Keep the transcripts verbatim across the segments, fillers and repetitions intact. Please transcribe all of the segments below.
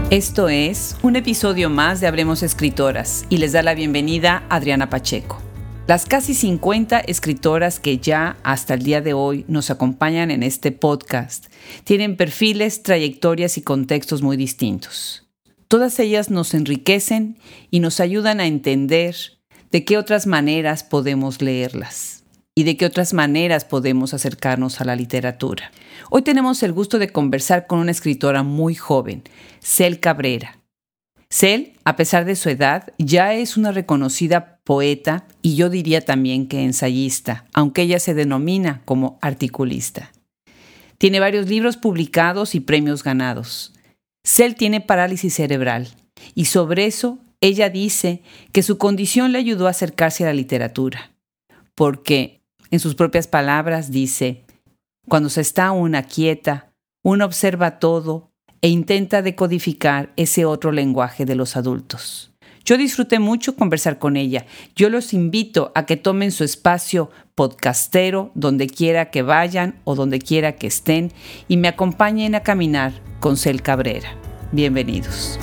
Esto es un episodio más de Hablemos Escritoras y les da la bienvenida Adriana Pacheco. Las casi cincuenta escritoras que ya hasta el día de hoy nos acompañan en este podcast tienen perfiles, trayectorias y contextos muy distintos. Todas ellas nos enriquecen y nos ayudan a entender de qué otras maneras podemos leerlas y de qué otras maneras podemos acercarnos a la literatura. Hoy tenemos el gusto de conversar con una escritora muy joven, Cel Cabrera. Cel, a pesar de su edad, ya es una reconocida poeta y yo diría también que ensayista, aunque ella se denomina como articulista. Tiene varios libros publicados y premios ganados. Cel tiene parálisis cerebral y sobre eso ella dice que su condición le ayudó a acercarse a la literatura, porque, en sus propias palabras, dice: cuando se está una quieta, uno observa todo e intenta decodificar ese otro lenguaje de los adultos. Yo disfruté mucho conversar con ella. Yo los invito a que tomen su espacio podcastero donde quiera que vayan o donde quiera que estén y me acompañen a caminar con Cel Cabrera. Bienvenidos.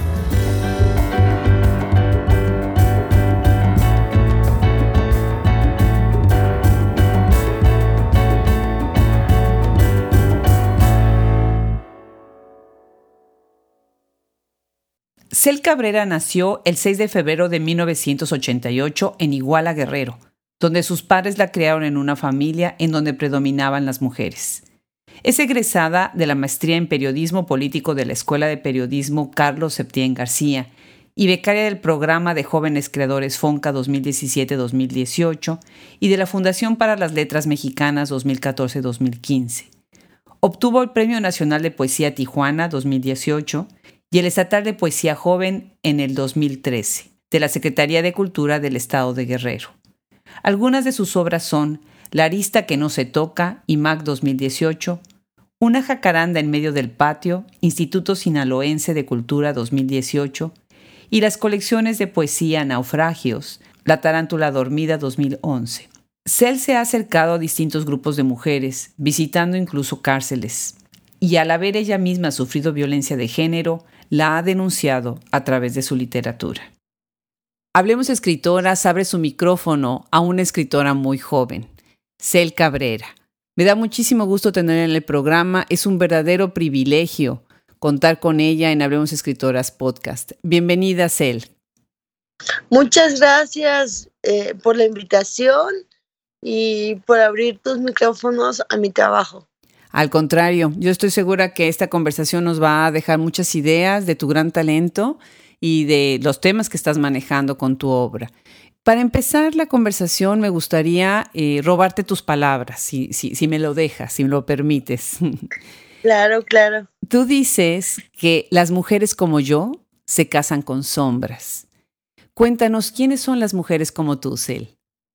Cel Cabrera nació el seis de febrero de mil novecientos ochenta y ocho en Iguala, Guerrero, donde sus padres la criaron en una familia en donde predominaban las mujeres. Es egresada de la maestría en Periodismo Político de la Escuela de Periodismo Carlos Septién García y becaria del Programa de Jóvenes Creadores FONCA dos mil diecisiete a dos mil dieciocho y de la Fundación para las Letras Mexicanas dos mil catorce a dos mil quince. Obtuvo el Premio Nacional de Poesía Tijuana dos mil dieciocho y el Estatal de Poesía Joven en el dos mil trece, de la Secretaría de Cultura del Estado de Guerrero. Algunas de sus obras son La arista que no se toca, I M A C dos mil dieciocho, Una jacaranda en medio del patio, Instituto Sinaloense de Cultura dos mil dieciocho, y las colecciones de poesía Naufragios, La tarántula dormida dos mil once. Cel se ha acercado a distintos grupos de mujeres, visitando incluso cárceles, y al haber ella misma sufrido violencia de género, la ha denunciado a través de su literatura. Hablemos Escritoras abre su micrófono a una escritora muy joven, Cel Cabrera. Me da muchísimo gusto tenerla en el programa, es un verdadero privilegio contar con ella en Hablemos Escritoras Podcast. Bienvenida, Cel. Muchas gracias eh, por la invitación y por abrir tus micrófonos a mi trabajo. Al contrario, yo estoy segura que esta conversación nos va a dejar muchas ideas de tu gran talento y de los temas que estás manejando con tu obra. Para empezar la conversación me gustaría eh, robarte tus palabras, si, si, si me lo dejas, si me lo permites. Claro, claro. Tú dices que las mujeres como yo se casan con sombras. Cuéntanos, ¿quiénes son las mujeres como tú, Cel?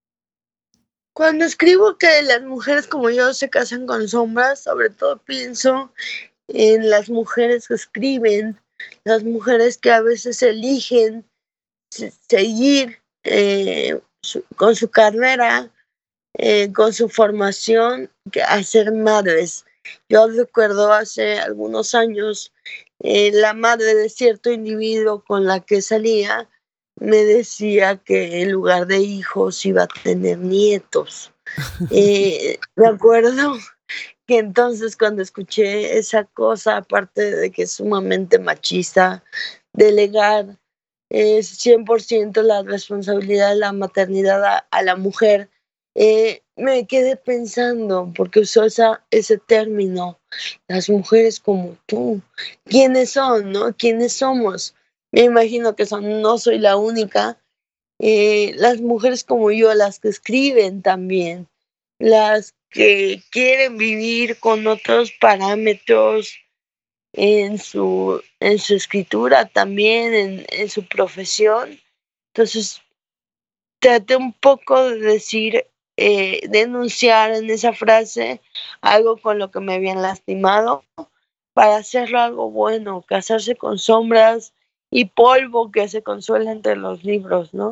Cuando escribo que las mujeres como yo se casan con sombras, sobre todo pienso en las mujeres que escriben, las mujeres que a veces eligen seguir eh, su, con su carrera, eh, con su formación, que a ser madres. Yo recuerdo hace algunos años eh, la madre de cierto individuo con la que salía me decía que en lugar de hijos iba a tener nietos. Eh, me acuerdo que entonces cuando escuché esa cosa, aparte de que es sumamente machista, delegar eh, cien por ciento la responsabilidad de la maternidad a, a la mujer, eh, me quedé pensando, porque usó esa, ese término, las mujeres como tú, ¿quiénes son, no? ¿Quiénes somos? Me imagino que son, no soy la única, eh, las mujeres como yo, las que escriben también, las que quieren vivir con otros parámetros en su, en su escritura también, en, en su profesión. Entonces, traté un poco de decir, eh, denunciar en esa frase algo con lo que me habían lastimado para hacerlo algo bueno, casarse con sombras y polvo que se consuela entre los libros, ¿no?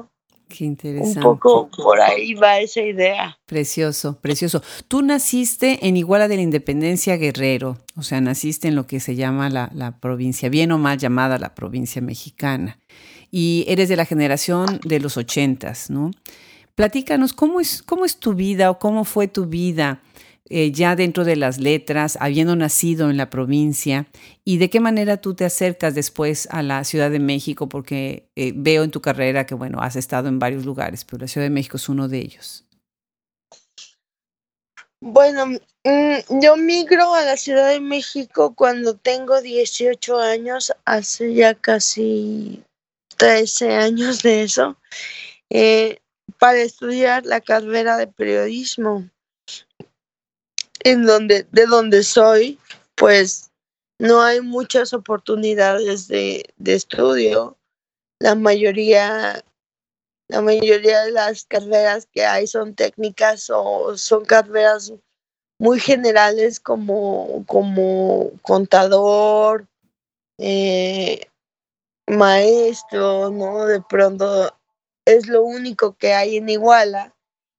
Qué Un interesante. poco por ahí va esa idea. Precioso, precioso. Tú naciste en Iguala de la Independencia, Guerrero, o sea, naciste en lo que se llama la, la provincia, bien o mal llamada la provincia mexicana, y eres de la generación de los ochentas, ¿no? Platícanos, ¿cómo es, cómo es tu vida o cómo fue tu vida eh, ya dentro de las letras, habiendo nacido en la provincia, y de qué manera tú te acercas después a la Ciudad de México, porque eh, veo en tu carrera que, bueno, has estado en varios lugares, pero la Ciudad de México es uno de ellos. Bueno, mm, yo migro a la Ciudad de México cuando tengo dieciocho años, hace ya casi trece años de eso, eh, para estudiar la carrera de periodismo, en donde, de donde soy, pues no hay muchas oportunidades de, de estudio. La mayoría, la mayoría de las carreras que hay son técnicas o son carreras muy generales como, como contador, eh, maestro, ¿no? De pronto es lo único que hay en Iguala.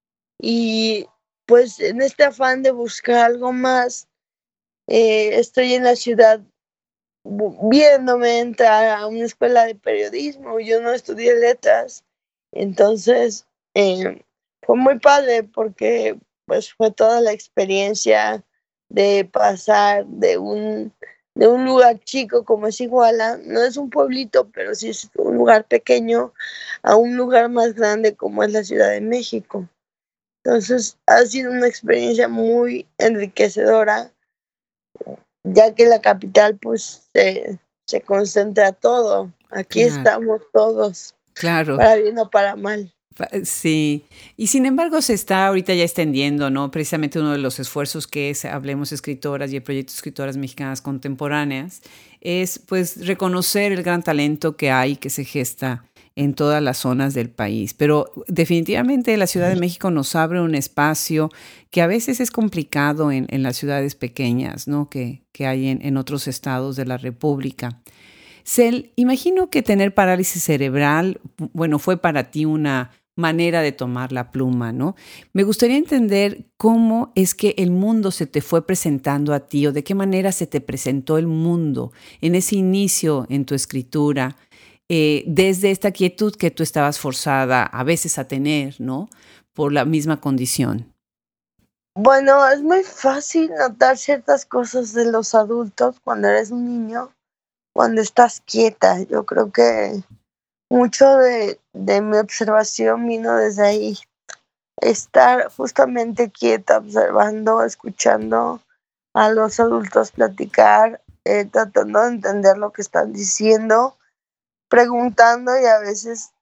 Y pues en este afán de buscar algo más, eh, estoy en la ciudad viéndome entrar a una escuela de periodismo. Yo no estudié letras, entonces eh, fue muy padre porque pues fue toda la experiencia de pasar de un, de un lugar chico como es Iguala, no es un pueblito, pero sí es un lugar pequeño, a un lugar más grande como es la Ciudad de México. Entonces ha sido una experiencia muy enriquecedora, ya que la capital pues se, se concentra todo. Aquí Claro, estamos todos, claro. para bien o para mal. Pa- Sí, y sin embargo se está ahorita ya extendiendo, ¿no? Precisamente uno de los esfuerzos que es Hablemos Escritoras y el proyecto Escritoras Mexicanas Contemporáneas es pues reconocer el gran talento que hay, que se gesta en todas las zonas del país. Pero definitivamente la Ciudad de México nos abre un espacio que a veces es complicado en, en las ciudades pequeñas, ¿no? Que, que hay en, en otros estados de la República. Cel, imagino que tener parálisis cerebral, bueno, fue para ti una manera de tomar la pluma, ¿no? Me gustaría entender cómo es que el mundo se te fue presentando a ti o de qué manera se te presentó el mundo en ese inicio en tu escritura, eh, desde esta quietud que tú estabas forzada a veces a tener, ¿no? Por la misma condición. Bueno, es muy fácil notar ciertas cosas de los adultos cuando eres un niño, cuando estás quieta. Yo creo que mucho de, de mi observación vino desde ahí. Estar justamente quieta, observando, escuchando a los adultos platicar, eh, tratando de entender lo que están diciendo, preguntando, y a veces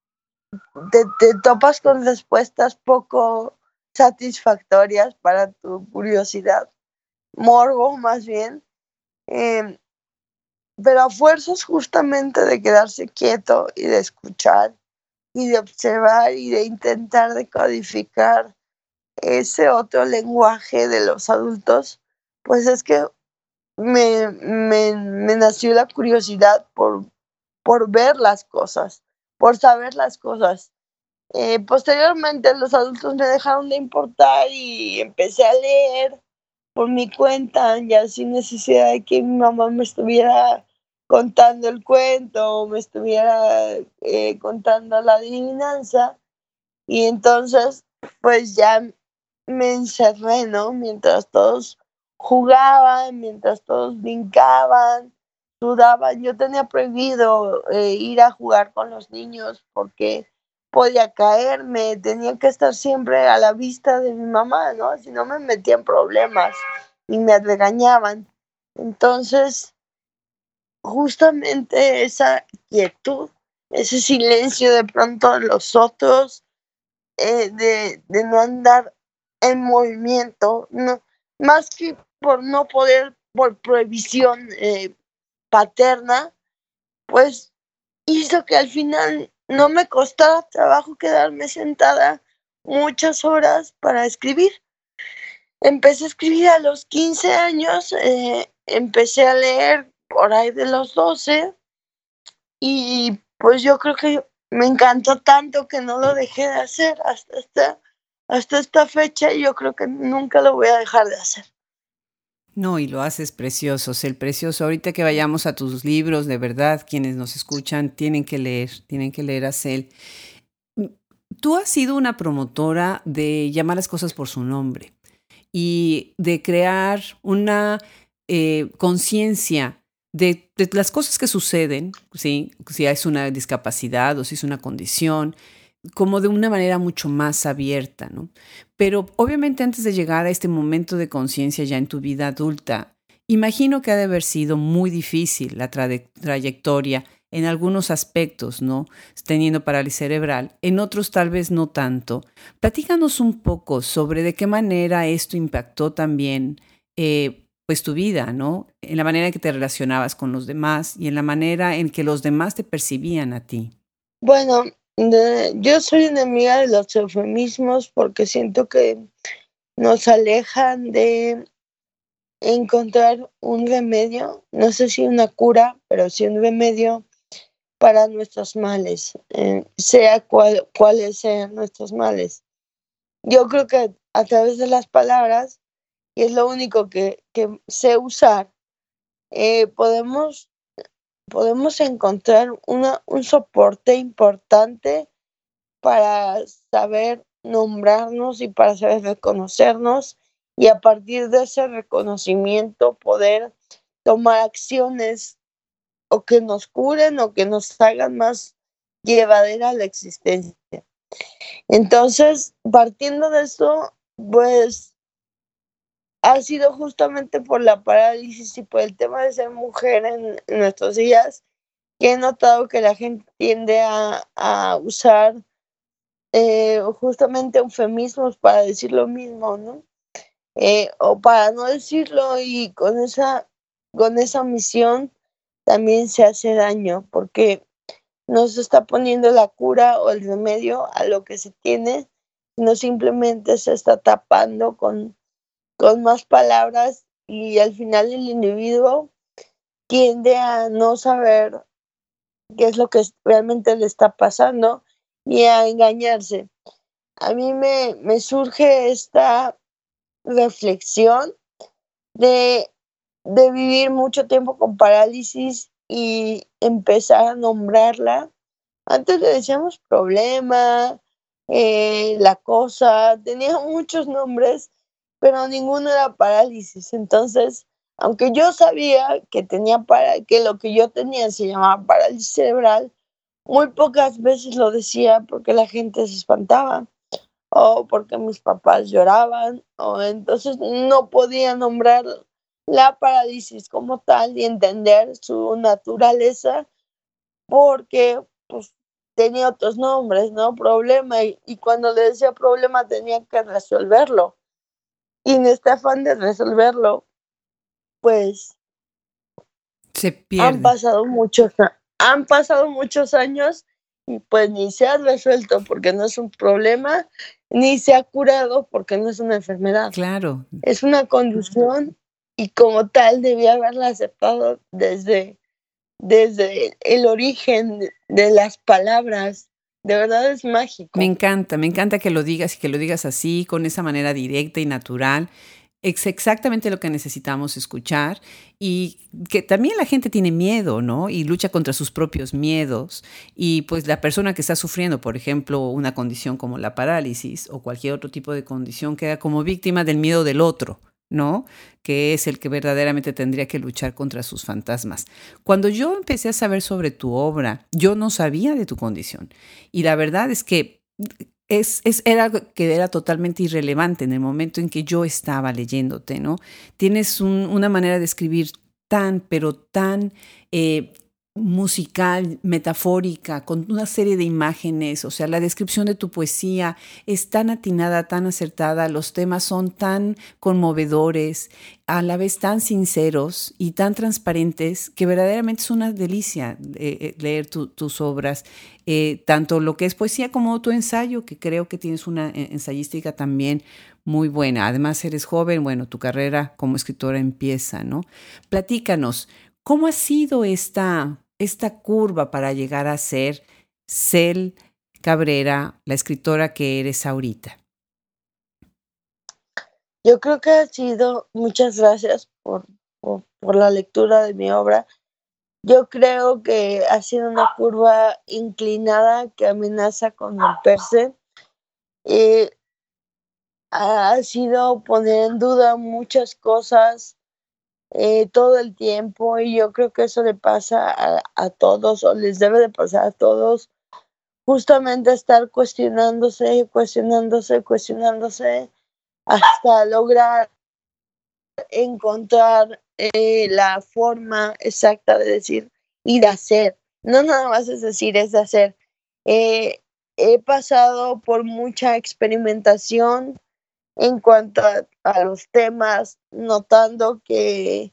te, te topas con respuestas poco satisfactorias para tu curiosidad, morbo más bien, eh, pero a fuerzas justamente de quedarse quieto y de escuchar y de observar y de intentar decodificar ese otro lenguaje de los adultos, pues es que me, me, me nació la curiosidad por, por ver las cosas, por saber las cosas. Eh, posteriormente los adultos me dejaron de importar y empecé a leer por mi cuenta, ya sin necesidad de que mi mamá me estuviera contando el cuento o me estuviera eh, contando la adivinanza. Y entonces, pues ya me encerré, ¿no? Mientras todos jugaban, mientras todos brincaban, sudaban. Yo tenía prohibido eh, ir a jugar con los niños porque podía caerme, tenía que estar siempre a la vista de mi mamá, ¿no? Si no me metía en problemas y me regañaban. Entonces, justamente esa quietud, ese silencio de pronto de los otros, eh, de, de no andar en movimiento, no, más que por no poder, por prohibición eh, paterna, pues hizo que al final no me costara trabajo quedarme sentada muchas horas para escribir. Empecé a escribir a los quince años, eh, empecé a leer por ahí de los doce y pues yo creo que me encantó tanto que no lo dejé de hacer hasta esta, hasta esta fecha, y yo creo que nunca lo voy a dejar de hacer. No, y lo haces precioso, el precioso. Ahorita que vayamos a tus libros, de verdad, quienes nos escuchan tienen que leer, tienen que leer a Cel. Tú has sido una promotora de llamar las cosas por su nombre y de crear una eh, conciencia de, de las cosas que suceden, ¿sí? Si es una discapacidad o si es una condición, como de una manera mucho más abierta, ¿no? Pero obviamente antes de llegar a este momento de conciencia ya en tu vida adulta, imagino que ha de haber sido muy difícil la tra- trayectoria en algunos aspectos, ¿no? Teniendo parálisis cerebral, en otros tal vez no tanto. Platícanos un poco sobre de qué manera esto impactó también eh, pues tu vida, ¿no? En la manera en que te relacionabas con los demás y en la manera en que los demás te percibían a ti. Bueno, de, yo soy enemiga de los eufemismos porque siento que nos alejan de encontrar un remedio, no sé si una cura, pero sí un remedio para nuestros males, eh, sea cual, cuáles sean nuestros males. Yo creo que a través de las palabras, y es lo único que, que sé usar, eh, podemos, podemos encontrar una, un soporte importante para saber nombrarnos y para saber reconocernos, y a partir de ese reconocimiento poder tomar acciones o que nos curen o que nos hagan más llevadera la existencia. Entonces, partiendo de eso, pues ha sido justamente por la parálisis y por el tema de ser mujer en, en nuestros días que he notado que la gente tiende a, a usar eh, justamente eufemismos para decir lo mismo, ¿no? Eh, o para no decirlo, y con esa, con esa misión también se hace daño porque no se está poniendo la cura o el remedio a lo que se tiene, sino simplemente se está tapando con, con más palabras, y al final el individuo tiende a no saber qué es lo que realmente le está pasando y a engañarse. A mí me, me surge esta reflexión de, de vivir mucho tiempo con parálisis y empezar a nombrarla. Antes le decíamos problema, eh, la cosa, tenía muchos nombres, pero ninguno era parálisis. Entonces, aunque yo sabía que tenía para, que lo que yo tenía se llamaba parálisis cerebral, muy pocas veces lo decía porque la gente se espantaba o porque mis papás lloraban, o entonces no podía nombrar la parálisis como tal y entender su naturaleza porque pues tenía otros nombres, ¿no? Problema, y, y cuando le decía problema tenía que resolverlo. Y en este afán de resolverlo, pues Se han pierde. pasado muchos, han pasado muchos años y pues ni se ha resuelto porque no es un problema, ni se ha curado porque no es una enfermedad. Claro. Es una condición y como tal debía haberla aceptado desde, desde el origen de las palabras. De verdad es mágico. Me encanta, me encanta que lo digas y que lo digas así, con esa manera directa y natural. Es exactamente lo que necesitamos escuchar, y que también la gente tiene miedo, ¿no? Y lucha contra sus propios miedos. Y pues la persona que está sufriendo, por ejemplo, una condición como la parálisis o cualquier otro tipo de condición, queda como víctima del miedo del otro, ¿no? Que es el que verdaderamente tendría que luchar contra sus fantasmas. Cuando yo empecé a saber sobre tu obra, yo no sabía de tu condición. Y la verdad es que Es, es, era algo que era totalmente irrelevante en el momento en que yo estaba leyéndote, ¿no? Tienes un, una manera de escribir tan, pero tan eh, musical, metafórica, con una serie de imágenes. O sea, la descripción de tu poesía es tan atinada, tan acertada, los temas son tan conmovedores, a la vez tan sinceros y tan transparentes, que verdaderamente es una delicia eh, leer tu, tus obras. Eh, tanto lo que es poesía como tu ensayo, que creo que tienes una ensayística también muy buena. Además, eres joven, bueno, tu carrera como escritora empieza, ¿no? Platícanos, ¿cómo ha sido esta, esta curva para llegar a ser Cel Cabrera, la escritora que eres ahorita? Yo creo que ha sido, muchas gracias por, por, por la lectura de mi obra. Yo creo que ha sido una curva inclinada que amenaza con romperse. Eh, ha sido poner en duda muchas cosas eh, todo el tiempo, y yo creo que eso le pasa a, a todos, o les debe de pasar a todos, justamente estar cuestionándose, cuestionándose, cuestionándose, hasta lograr encontrar eh, la forma exacta de decir y de hacer. No nada más es decir, es de hacer. Eh, he pasado por mucha experimentación en cuanto a, a los temas, notando que,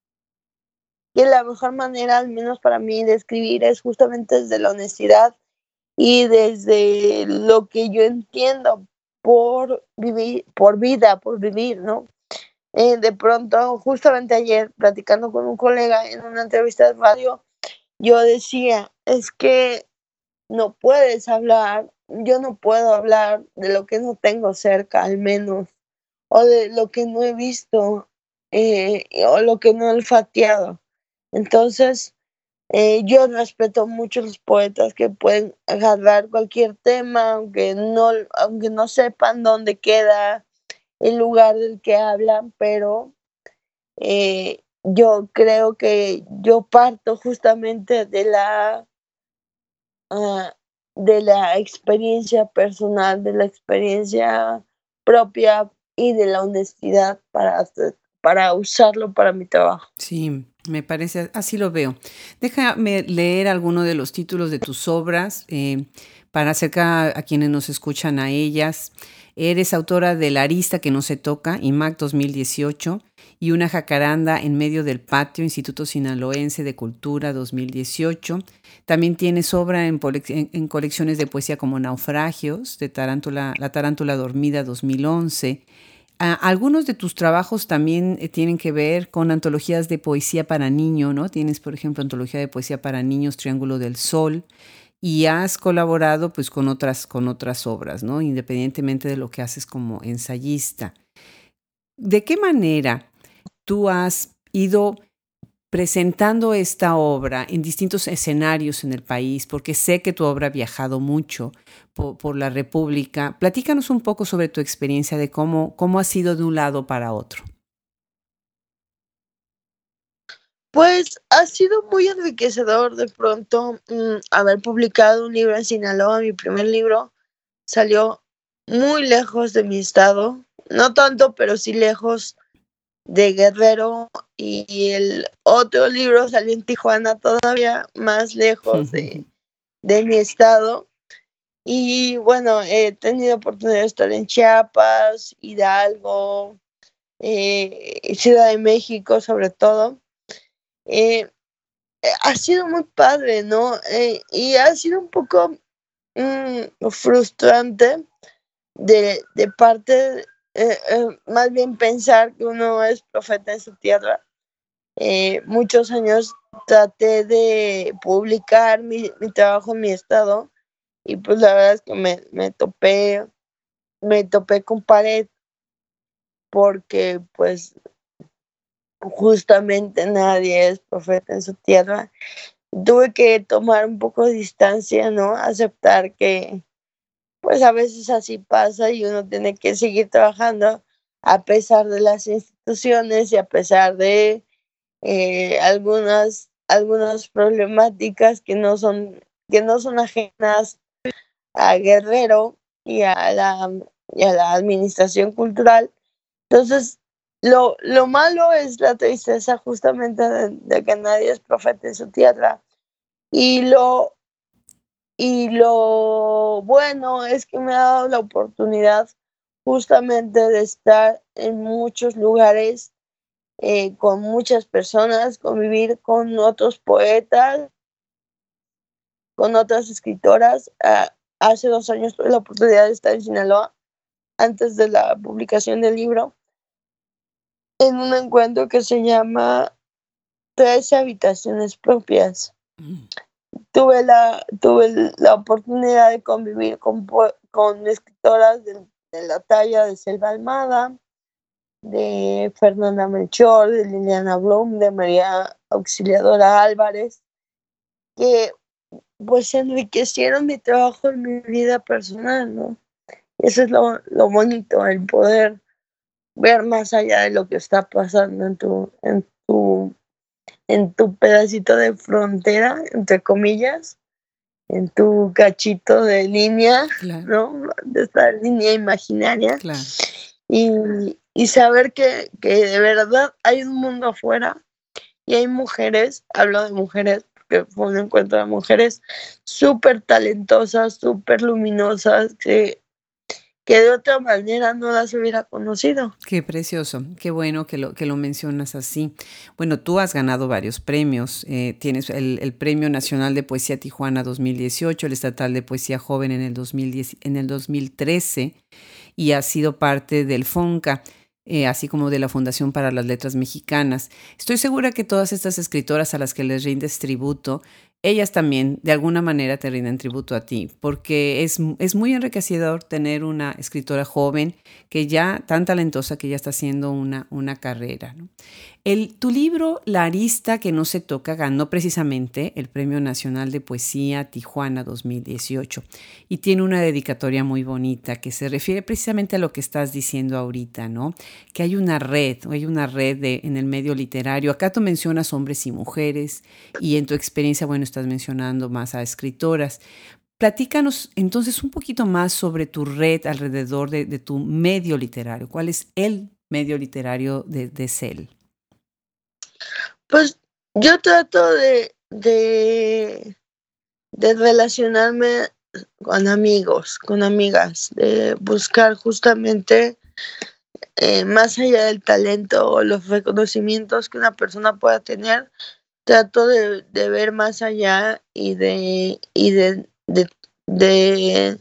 que la mejor manera, al menos para mí, de escribir es justamente desde la honestidad y desde lo que yo entiendo por vivir, por vida, por vivir, ¿no? Eh, de pronto, justamente ayer, platicando con un colega en una entrevista de radio, yo decía, es que no puedes hablar, yo no puedo hablar de lo que no tengo cerca, al menos, o de lo que no he visto, eh, o lo que no he olfateado. Entonces, eh, yo respeto mucho los poetas que pueden agarrar cualquier tema, aunque no, aunque no sepan dónde queda el lugar del que hablan, pero eh, yo creo que yo parto justamente de la uh, de la experiencia personal, de la experiencia propia y de la honestidad para hacer, para usarlo para mi trabajo. Sí, me parece, así lo veo. Déjame leer alguno de los títulos de tus obras eh, para acercar a quienes nos escuchan a ellas. Eres autora de La arista que no se toca, I M A C dos mil dieciocho, y Una jacaranda en medio del patio, Instituto Sinaloense de Cultura dos mil dieciocho. También tienes obra en, en, en colecciones de poesía como Naufragios, de Tarántula, La tarántula dormida dos mil once. Ah, algunos de tus trabajos también eh, tienen que ver con antologías de poesía para niño, ¿no? Tienes, por ejemplo, antología de poesía para niños, Triángulo del Sol, y has colaborado pues con otras, con otras obras, ¿no? Independientemente de lo que haces como ensayista. ¿De qué manera tú has ido presentando esta obra en distintos escenarios en el país? Porque sé que tu obra ha viajado mucho por, por la República. Platícanos un poco sobre tu experiencia de cómo, cómo ha sido de un lado para otro. Pues ha sido muy enriquecedor de pronto mmm, haber publicado un libro en Sinaloa. Mi primer libro salió muy lejos de mi estado, no tanto, pero sí lejos de Guerrero, y el otro libro salió en Tijuana, todavía más lejos de, de mi estado. Y bueno, he tenido oportunidad de estar en Chiapas, Hidalgo, eh, Ciudad de México sobre todo. Eh, ha sido muy padre, ¿no? Eh, y ha sido un poco mmm, frustrante de, de parte, eh, eh, más bien pensar que uno es profeta en su tierra. Eh, muchos años traté de publicar mi, mi trabajo en mi estado, y pues la verdad es que me, me topé, me topé con pared, porque pues justamente nadie es profeta en su tierra. Tuve que tomar un poco de distancia, ¿no? Aceptar que pues a veces así pasa y uno tiene que seguir trabajando a pesar de las instituciones y a pesar de eh, algunas, algunas problemáticas que no son, que no son ajenas a Guerrero y a la, y a la administración cultural. Entonces, lo, lo malo es la tristeza justamente de, de que nadie es profeta en su tierra. Y lo, y lo bueno es que me ha dado la oportunidad justamente de estar en muchos lugares, eh, con muchas personas, convivir con otros poetas, con otras escritoras. Uh, hace dos años tuve la oportunidad de estar en Sinaloa antes de la publicación del libro, en un encuentro que se llama trece habitaciones propias. Mm. tuve la, tuve la oportunidad de convivir con, con escritoras de, de la talla de Selva Almada, de Fernanda Melchor, de Liliana Blum, de María Auxiliadora Álvarez, que pues enriquecieron mi trabajo en mi vida personal, ¿no? Eso es lo, lo bonito, el poder ver más allá de lo que está pasando en tu, en tu, en tu pedacito de frontera, entre comillas, en tu cachito de línea, claro, ¿no? De esta línea imaginaria. Claro. Y, y saber que, que de verdad hay un mundo afuera y hay mujeres, hablo de mujeres, porque fue un encuentro de mujeres súper talentosas, súper luminosas, que que de otra manera no las hubiera conocido. Qué precioso, qué bueno que lo, que lo mencionas así. Bueno, tú has ganado varios premios. Eh, tienes el, el Premio Nacional de Poesía Tijuana dos mil dieciocho, el Estatal de Poesía Joven en el, dos mil diez, en el dos mil trece, y has sido parte del FONCA, eh, así como de la Fundación para las Letras Mexicanas. Estoy segura que todas estas escritoras a las que les rindes tributo, ellas también de alguna manera te rinden tributo a ti, porque es, es muy enriquecedor tener una escritora joven que ya tan talentosa que ya está haciendo una, una carrera, ¿no? El, tu libro, La arista que no se toca, ganó precisamente el Premio Nacional de Poesía Tijuana dos mil dieciocho y tiene una dedicatoria muy bonita que se refiere precisamente a lo que estás diciendo ahorita, ¿no? Que hay una red, hay una red de, en el medio literario. Acá tú mencionas hombres y mujeres y en tu experiencia, bueno, estás mencionando más a escritoras. Platícanos entonces un poquito más sobre tu red alrededor de, de tu medio literario. ¿Cuál es el medio literario de, de C E L? Pues yo trato de, de, de relacionarme con amigos, con amigas, de buscar justamente eh, más allá del talento o los reconocimientos que una persona pueda tener, trato de, de ver más allá y de, y de, de, de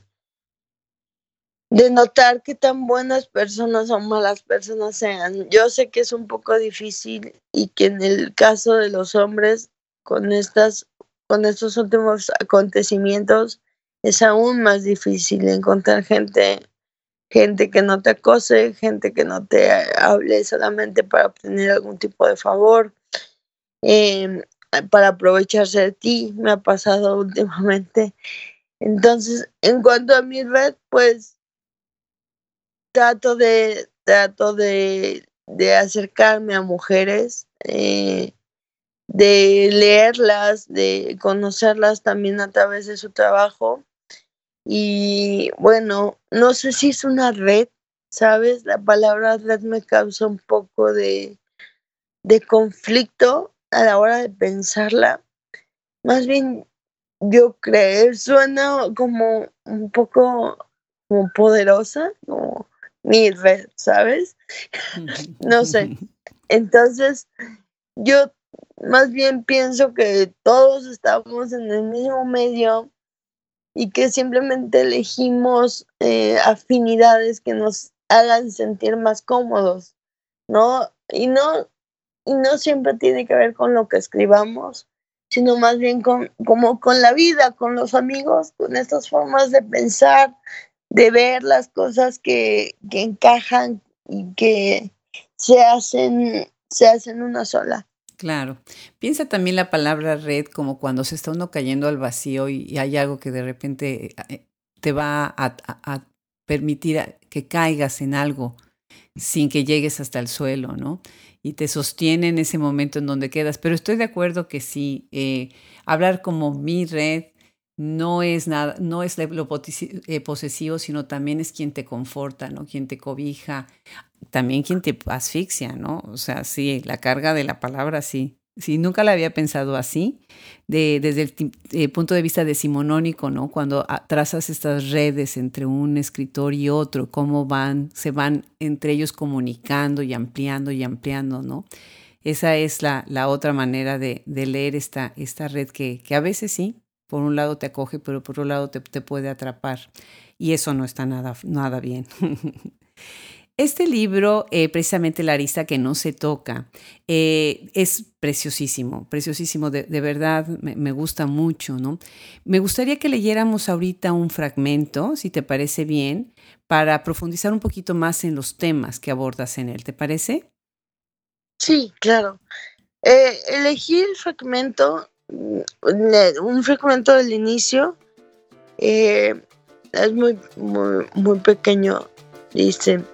de notar qué tan buenas personas o malas personas sean. Yo sé que es un poco difícil y que en el caso de los hombres, con estas, con estos últimos acontecimientos, es aún más difícil encontrar gente, gente que no te acose, gente que no te hable solamente para obtener algún tipo de favor, eh, para aprovecharse de ti. Me ha pasado últimamente. Entonces, en cuanto a mi red, pues trato de, trato de, de acercarme a mujeres, eh, de leerlas, de conocerlas también a través de su trabajo. Y bueno, no sé si es una red, ¿sabes? La palabra red me causa un poco de, de conflicto a la hora de pensarla. Más bien, yo creo, suena como un poco como poderosa, como mi red, ¿sabes? No sé. Entonces, yo más bien pienso que todos estamos en el mismo medio y que simplemente elegimos eh, afinidades que nos hagan sentir más cómodos, ¿no? Y no, y no siempre tiene que ver con lo que escribamos, sino más bien con, como con la vida, con los amigos, con estas formas de pensar, de ver las cosas que, que encajan y que se hacen, se hacen una sola. Claro. Piensa también la palabra red como cuando se está uno cayendo al vacío y, y hay algo que de repente te va a, a, a permitir que caigas en algo sin que llegues hasta el suelo, ¿no? Y te sostiene en ese momento en donde quedas. Pero estoy de acuerdo que sí, eh, hablar como mi red no es nada, no es lo posesivo, sino también es quien te conforta, ¿no? Quien te cobija, también quien te asfixia, ¿no? O sea, sí, la carga de la palabra, sí. Sí, nunca la había pensado así, de, desde el eh, punto de vista decimonónico, ¿no? Cuando trazas estas redes entre un escritor y otro, cómo van, se van entre ellos comunicando y ampliando y ampliando, ¿no? Esa es la, la otra manera de, de leer esta, esta red que, que a veces sí, por un lado te acoge, pero por otro lado te, te puede atrapar. Y eso no está nada, nada bien. Este libro, eh, precisamente La arista que no se toca, eh, es preciosísimo, preciosísimo, de, de verdad me, me gusta mucho, ¿no? Me gustaría que leyéramos ahorita un fragmento, si te parece bien, para profundizar un poquito más en los temas que abordas en él, ¿te parece? Sí, claro. Eh, elegí el fragmento, un fragmento del inicio, eh, es muy, muy, muy pequeño, dice: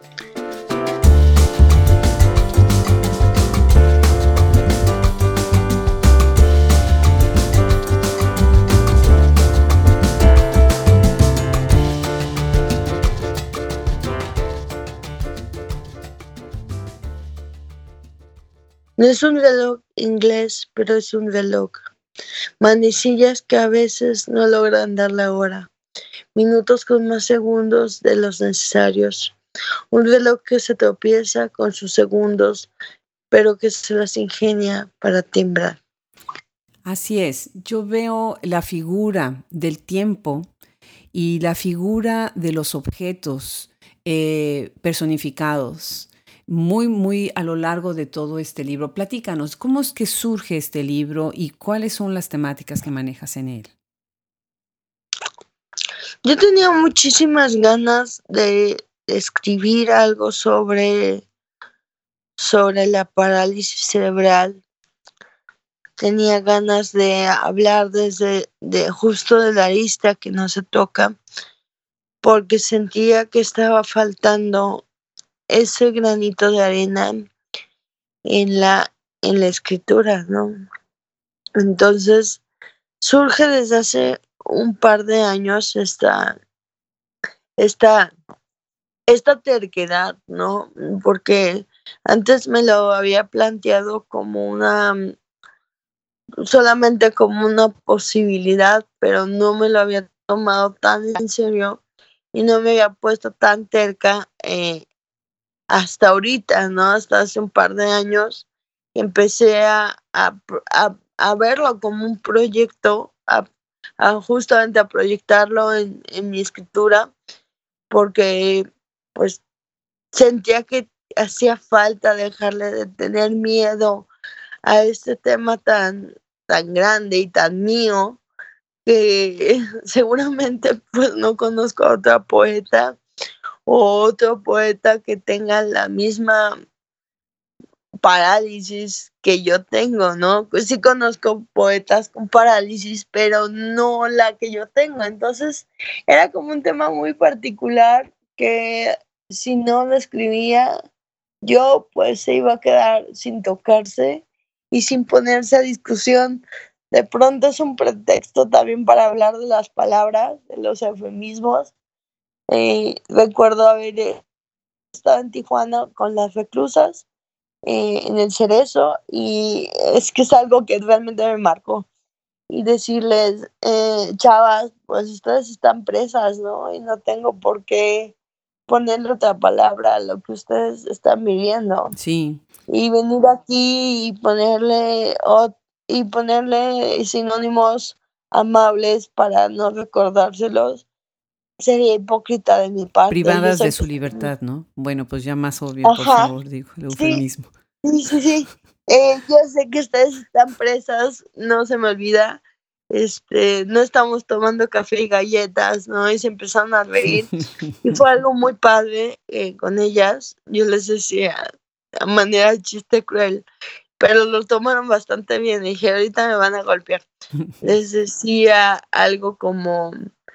no es un reloj inglés, pero es un reloj. Manecillas que a veces no logran dar la hora. Minutos con más segundos de los necesarios. Un reloj que se tropieza con sus segundos, pero que se las ingenia para timbrar. Así es, yo veo la figura del tiempo y la figura de los objetos eh, personificados muy, muy a lo largo de todo este libro. Platícanos, ¿cómo es que surge este libro y cuáles son las temáticas que manejas en él? Yo tenía muchísimas ganas de escribir algo sobre, sobre la parálisis cerebral. Tenía ganas de hablar desde de justo de la arista que no se toca, porque sentía que estaba faltando ese granito de arena en la, en la escritura, ¿no? Entonces surge desde hace un par de años esta, esta, esta terquedad, ¿no? Porque antes me lo había planteado como una, solamente como una posibilidad, pero no me lo había tomado tan en serio y no me había puesto tan terca eh, hasta ahorita, ¿no? Hasta hace un par de años empecé a, a, a, a verlo como un proyecto, a, a justamente a proyectarlo en, en mi escritura, porque pues sentía que hacía falta dejarle de tener miedo a este tema tan, tan grande y tan mío, que seguramente pues no conozco a otra poeta o otro poeta que tenga la misma parálisis que yo tengo, ¿no? Pues sí conozco poetas con parálisis, pero no la que yo tengo. Entonces era como un tema muy particular que si no lo escribía yo, pues se iba a quedar sin tocarse y sin ponerse a discusión. De pronto es un pretexto también para hablar de las palabras, de los eufemismos. Eh, recuerdo haber eh, estado en Tijuana con las reclusas eh, en el Cerezo, y es que es algo que realmente me marcó. Y decirles, eh, chavas, pues ustedes están presas, ¿no? Y no tengo por qué ponerle otra palabra a lo que ustedes están viviendo. Sí. Y venir aquí y ponerle, o, y ponerle sinónimos amables para no recordárselos, sería hipócrita de mi parte. Yo Privadas de soy... su libertad, ¿no? Bueno, pues ya más obvio, por Ajá, favor, digo, el sí, eufemismo. sí, sí, sí. Eh, yo sé que ustedes están presas, no se me olvida. Este, no estamos tomando café y galletas, ¿no? Y se empezaron a reír. Y fue algo muy padre eh, con ellas. Yo les decía a manera de chiste cruel, pero lo tomaron bastante bien. Dije, ahorita me van a golpear. Les decía algo como: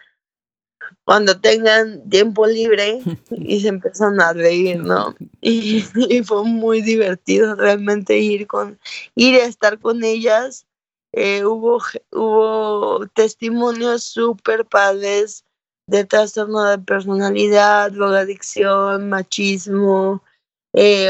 cuando tengan tiempo libre, y se empezaron a reír, ¿no? Y, y fue muy divertido realmente ir con, ir a estar con ellas. Eh, hubo, hubo testimonios súper padres de trastorno de personalidad, drogadicción, machismo, eh,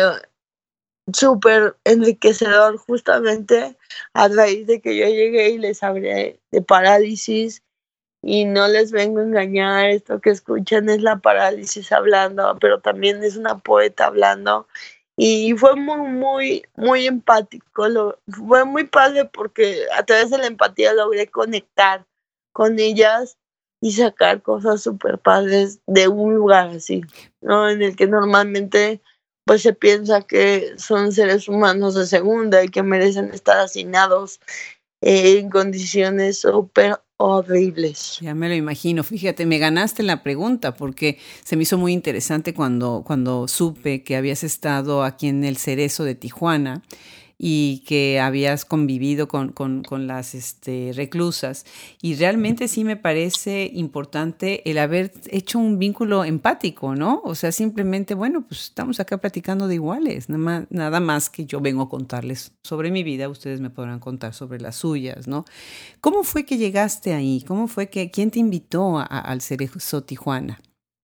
súper enriquecedor justamente a raíz de que yo llegué y les hablé de parálisis. Y no les vengo a engañar, esto que escuchan es la parálisis hablando, pero también es una poeta hablando. Y fue muy, muy, muy empático, lo, fue muy padre porque a través de la empatía logré conectar con ellas y sacar cosas súper padres de un lugar así, ¿no? En el que normalmente pues se piensa que son seres humanos de segunda y que merecen estar hacinados eh, en condiciones súper horribles. Ya me lo imagino. Fíjate, me ganaste la pregunta porque se me hizo muy interesante cuando, cuando supe que habías estado aquí en el Cerezo de Tijuana y que habías convivido con, con, con las este, reclusas. Y realmente sí me parece importante el haber hecho un vínculo empático, ¿no? O sea, simplemente, bueno, pues estamos acá platicando de iguales, nada más, nada más que yo vengo a contarles sobre mi vida, ustedes me podrán contar sobre las suyas, ¿no? ¿Cómo fue que llegaste ahí? ¿Cómo fue que, quién te invitó a, al Cerezo Tijuana?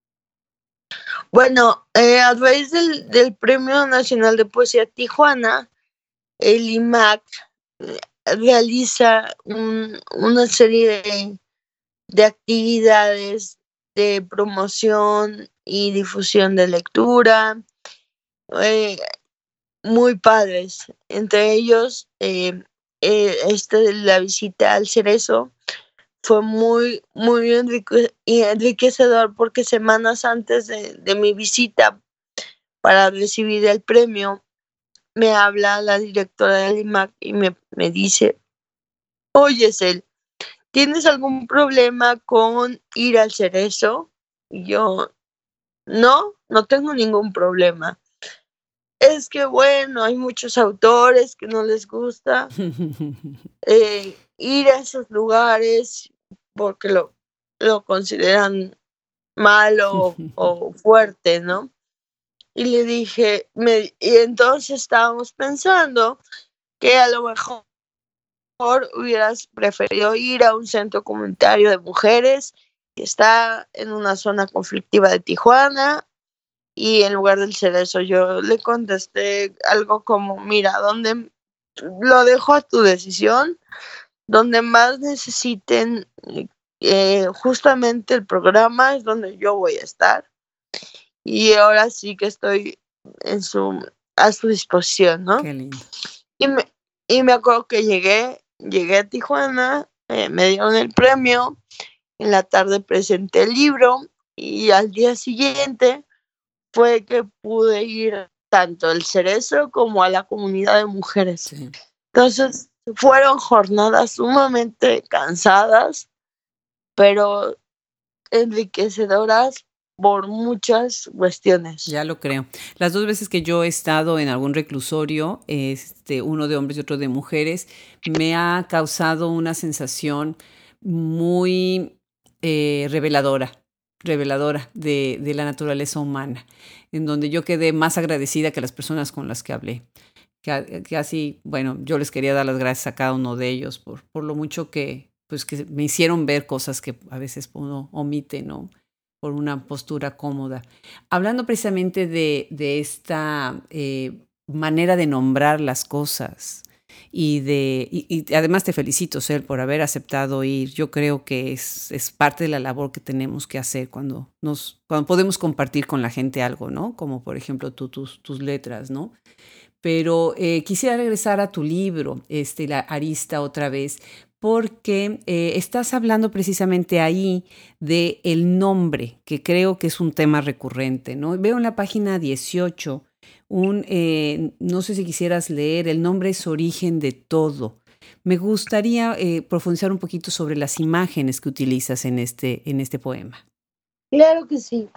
Bueno, eh, a raíz del, del Premio Nacional de Poesía Tijuana, el I M A C realiza un, una serie de, de actividades de promoción y difusión de lectura, eh, muy padres. Entre ellos, eh, eh, este, la visita al Cerezo fue muy, muy enrique- enriquecedor porque semanas antes de, de mi visita para recibir el premio, me habla la directora del I M A C y me, me dice, oye, Cel, ¿tienes algún problema con ir al Cerezo? Y yo, no, no tengo ningún problema. Es que bueno, hay muchos autores que no les gusta eh, ir a esos lugares porque lo, lo consideran malo o fuerte, ¿no? Y le dije, me, y entonces estábamos pensando que a lo mejor hubieras preferido ir a un centro comunitario de mujeres que está en una zona conflictiva de Tijuana y en lugar del Cerezo yo le contesté algo como, mira, donde lo dejo a tu decisión, donde más necesiten eh, justamente el programa es donde yo voy a estar y ahora sí que estoy en su a su disposición, ¿no? Qué lindo. Y me, y me acuerdo que llegué, llegué a Tijuana, eh, me dieron el premio, en la tarde presenté el libro y al día siguiente fue que pude ir tanto al Cerezo como a la comunidad de mujeres. Sí. Entonces fueron jornadas sumamente cansadas, pero enriquecedoras por muchas cuestiones. Ya lo creo. Las dos veces que yo he estado en algún reclusorio, este, uno de hombres y otro de mujeres, me ha causado una sensación muy eh, reveladora, reveladora de, de la naturaleza humana, en donde yo quedé más agradecida que las personas con las que hablé. Que, que así, bueno, yo les quería dar las gracias a cada uno de ellos por, por lo mucho que, pues, que me hicieron ver cosas que a veces uno omite, ¿no? Por una postura cómoda. Hablando precisamente de, de esta eh, manera de nombrar las cosas y de y, y además te felicito, Cel, por haber aceptado ir. Yo creo que es, es parte de la labor que tenemos que hacer cuando nos cuando podemos compartir con la gente algo, ¿no? Como por ejemplo tú, tus, tus letras, ¿no? Pero eh, quisiera regresar a tu libro, este, La Arista, otra vez, porque eh, estás hablando precisamente ahí de el nombre, que creo que es un tema recurrente, ¿no? Veo en la página dieciocho, un, eh, no sé si quisieras leer, el nombre es origen de todo. Me gustaría eh, profundizar un poquito sobre las imágenes que utilizas en este, en este poema. Claro que sí.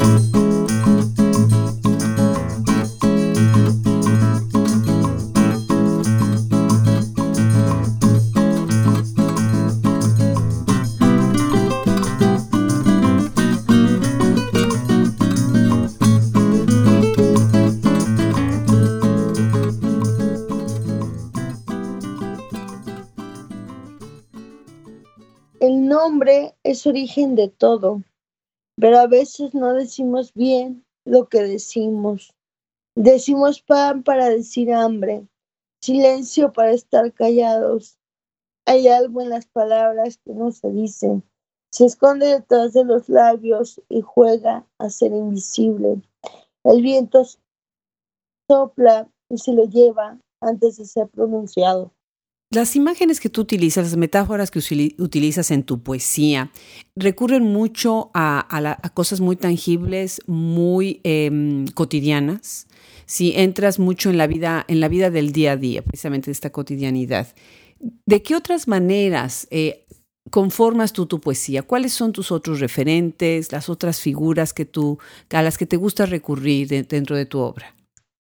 El nombre es origen de todo, pero a veces no decimos bien lo que decimos. Decimos pan para decir hambre, silencio para estar callados. Hay algo en las palabras que no se dicen. Se esconde detrás de los labios y juega a ser invisible. El viento sopla y se lo lleva antes de ser pronunciado. Las imágenes que tú utilizas, las metáforas que usili- utilizas en tu poesía, recurren mucho a, a la- a cosas muy tangibles, muy em, cotidianas. Si entras mucho en la vida, en la vida del día a día, precisamente de esta cotidianidad. ¿De qué otras maneras eh, conformas tú tu poesía? ¿Cuáles son tus otros referentes, las otras figuras que tú, a las que te gusta recurrir de- dentro de tu obra?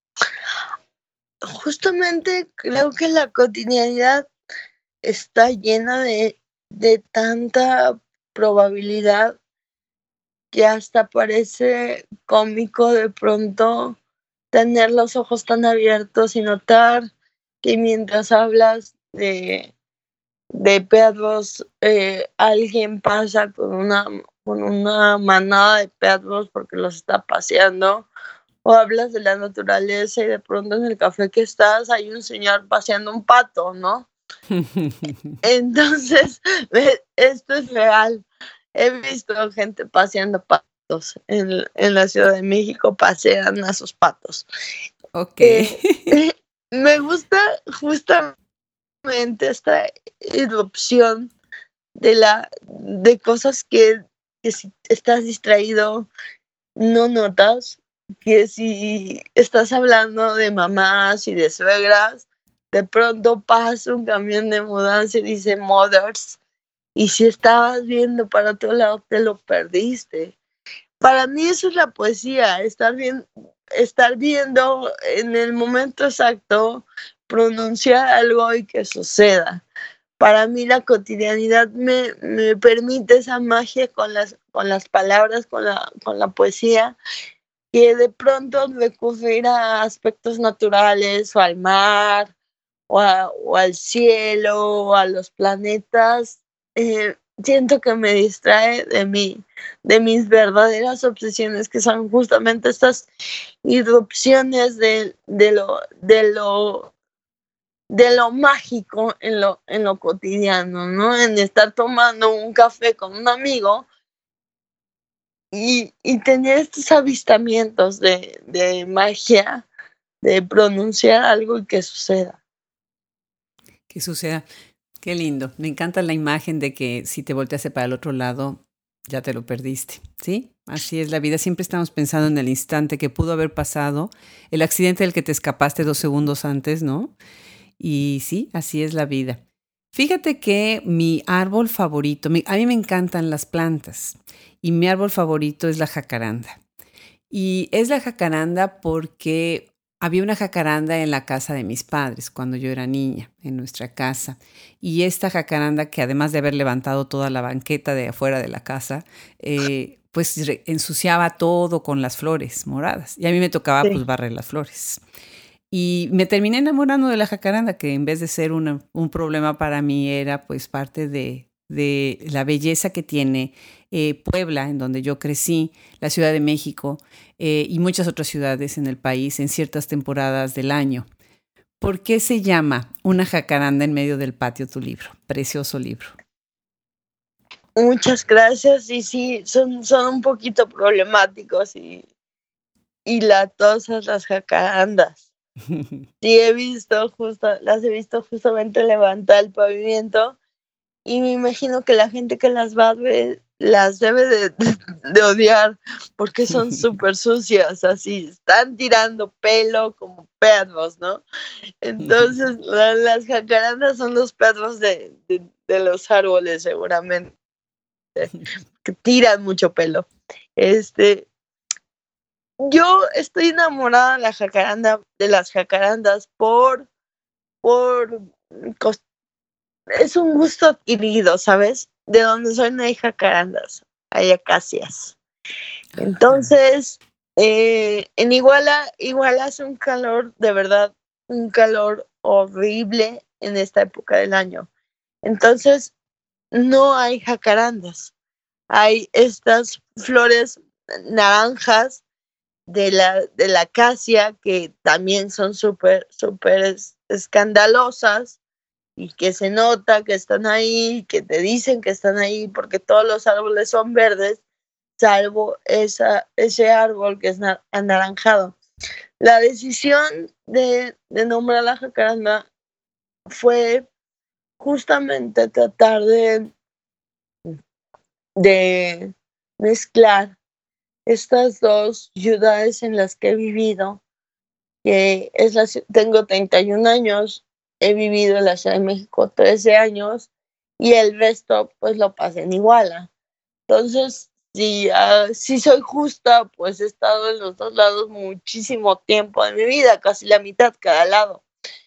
Justamente creo que la cotidianidad está llena de, de tanta probabilidad que hasta parece cómico de pronto tener los ojos tan abiertos y notar que mientras hablas de, de perros, eh, alguien pasa con una, con una manada de perros porque los está paseando, o hablas de la naturaleza y de pronto en el café que estás hay un señor paseando un pato, ¿no? Entonces, esto es real. He visto gente paseando patos en, en la Ciudad de México, pasean a sus patos. Ok. Eh, me gusta justamente esta irrupción de, la, de cosas que, que si estás distraído no notas, que si estás hablando de mamás y de suegras, de pronto pasa un camión de mudanza y dice mothers, y si estabas viendo para otro lado te lo perdiste. Para mí eso es la poesía, estar, bien, estar viendo en el momento exacto, pronunciar algo y que suceda. Para mí la cotidianidad me, me permite esa magia con las, con las palabras, con la, con la poesía, que de pronto recurrir a aspectos naturales o al mar o, a, o al cielo o a los planetas, eh, siento que me distrae de mí, de mis verdaderas obsesiones, que son justamente estas irrupciones de, de, lo, de, lo, de lo mágico en lo, en lo cotidiano, ¿no? En estar tomando un café con un amigo y, y tener estos avistamientos de, de magia, de pronunciar algo y que suceda. Que suceda. Qué lindo. Me encanta la imagen de que si te volteaste para el otro lado, ya te lo perdiste, ¿sí? Así es la vida. Siempre estamos pensando en el instante que pudo haber pasado, el accidente del que te escapaste dos segundos antes, ¿no? Y sí, así es la vida. Fíjate que mi árbol favorito, mi- a mí me encantan las plantas y mi árbol favorito es la jacaranda. Y es la jacaranda porque había una jacaranda en la casa de mis padres cuando yo era niña, en nuestra casa. Y esta jacaranda, que además de haber levantado toda la banqueta de afuera de la casa, eh, pues re- ensuciaba todo con las flores moradas. Y a mí me tocaba pues Sí. barrer las flores. Y me terminé enamorando de la jacaranda, que en vez de ser una- un problema para mí era pues parte de, de la belleza que tiene eh, Puebla, en donde yo crecí, la Ciudad de México eh, y muchas otras ciudades en el país en ciertas temporadas del año. ¿Por qué se llama Una jacaranda en medio del patio tu libro? Precioso libro. Muchas gracias. Y sí, son, son un poquito problemáticos y, y latosas las jacarandas. Sí, he visto justo, las he visto justamente levantar el pavimento y me imagino que la gente que las va a ver las debe de, de odiar porque son súper sucias, así, están tirando pelo como perros, ¿no? Entonces, la- las jacarandas son los perros de, de, de los árboles, seguramente, que tiran mucho pelo. Este, yo estoy enamorada de la jacaranda, de las jacarandas por, por, cos- es un gusto adquirido, ¿sabes? De donde soy no hay jacarandas, hay acacias. Ajá. Entonces, eh, en Iguala, Iguala hace un calor, de verdad, un calor horrible en esta época del año. Entonces, no hay jacarandas. Hay estas flores naranjas de la, de la acacia que también son súper, súper es- escandalosas y que se nota que están ahí, que te dicen que están ahí porque todos los árboles son verdes, salvo esa, ese árbol que es na- anaranjado. La decisión de, de nombrar la jacaranda fue justamente tratar de, de mezclar estas dos ciudades en las que he vivido, que es la, tengo treinta y un años, he vivido en la Ciudad de México trece años y el resto pues lo pasé en Iguala. Entonces, si, uh, si soy justa, pues he estado en los dos lados muchísimo tiempo de mi vida, casi la mitad cada lado.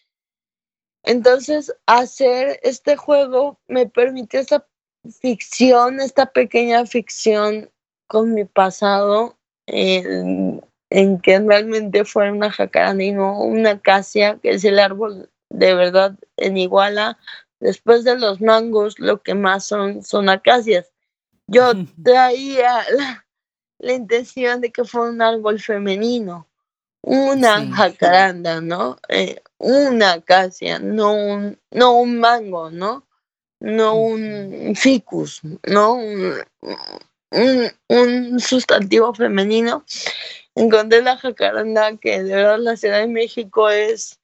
Entonces, hacer este juego me permitió esta ficción, esta pequeña ficción con mi pasado, en, en que realmente fue una jacaranda y no una acacia, que es el árbol de verdad en Iguala. Después de los mangos, lo que más son son acacias. Yo traía la, la intención de que fuera un árbol femenino, una Sí. jacaranda, ¿no? Eh, una acacia, no un, no un mango, ¿no? No un ficus, ¿no? Un, un, un sustantivo femenino. Encontré la jacaranda, que de verdad la Ciudad de México es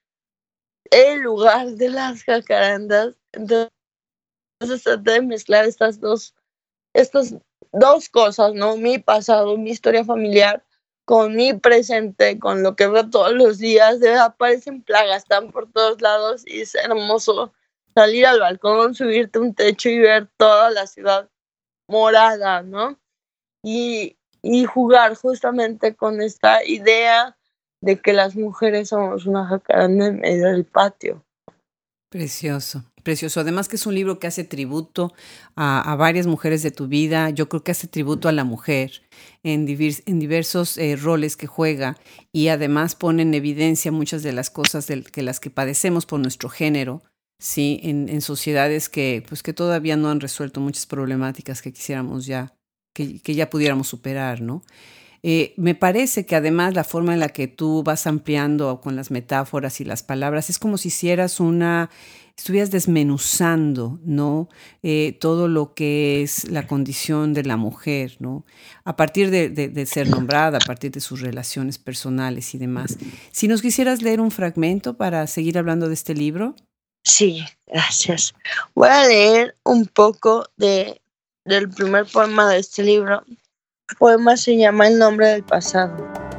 el lugar de las jacarandas. Entonces traté de mezclar estas dos, estas dos cosas, ¿no? Mi pasado, mi historia familiar, con mi presente, con lo que veo todos los días. De verdad, aparecen plagas, están por todos lados y es hermoso salir al balcón, subirte a un techo y ver toda la ciudad morada, ¿no? Y, y jugar justamente con esta idea de que las mujeres somos una jacaranda en medio del patio. Precioso, precioso. Además que es un libro que hace tributo a, a varias mujeres de tu vida. Yo creo que hace tributo a la mujer en, divers, en diversos eh, roles que juega y además pone en evidencia muchas de las cosas del, que las que padecemos por nuestro género, sí, en, en sociedades que, pues, que todavía no han resuelto muchas problemáticas que quisiéramos ya, que, que ya pudiéramos superar, ¿no? Eh, me parece que además la forma en la que tú vas ampliando con las metáforas y las palabras es como si hicieras una, estuvieras desmenuzando, ¿no? Eh, todo lo que es la condición de la mujer, ¿no? A partir de, de, de ser nombrada, a partir de sus relaciones personales y demás. Si nos quisieras leer un fragmento para seguir hablando de este libro. Sí, gracias. Voy a leer un poco de, del primer poema de este libro. El poema se llama El nombre del pasado.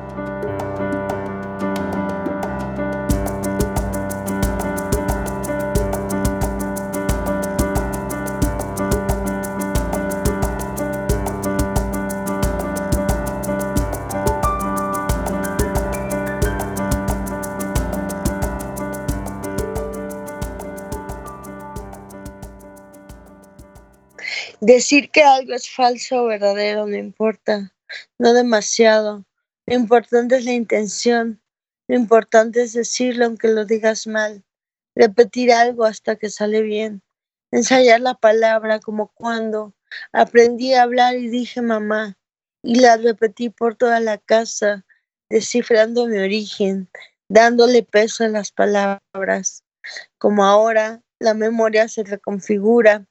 Decir que algo es falso o verdadero no importa, no demasiado. Lo importante es la intención. Lo importante es decirlo aunque lo digas mal. Repetir algo hasta que sale bien. Ensayar la palabra como cuando aprendí a hablar y dije mamá. Y la repetí por toda la casa, descifrando mi origen, dándole peso a las palabras. Como ahora, la memoria se reconfigura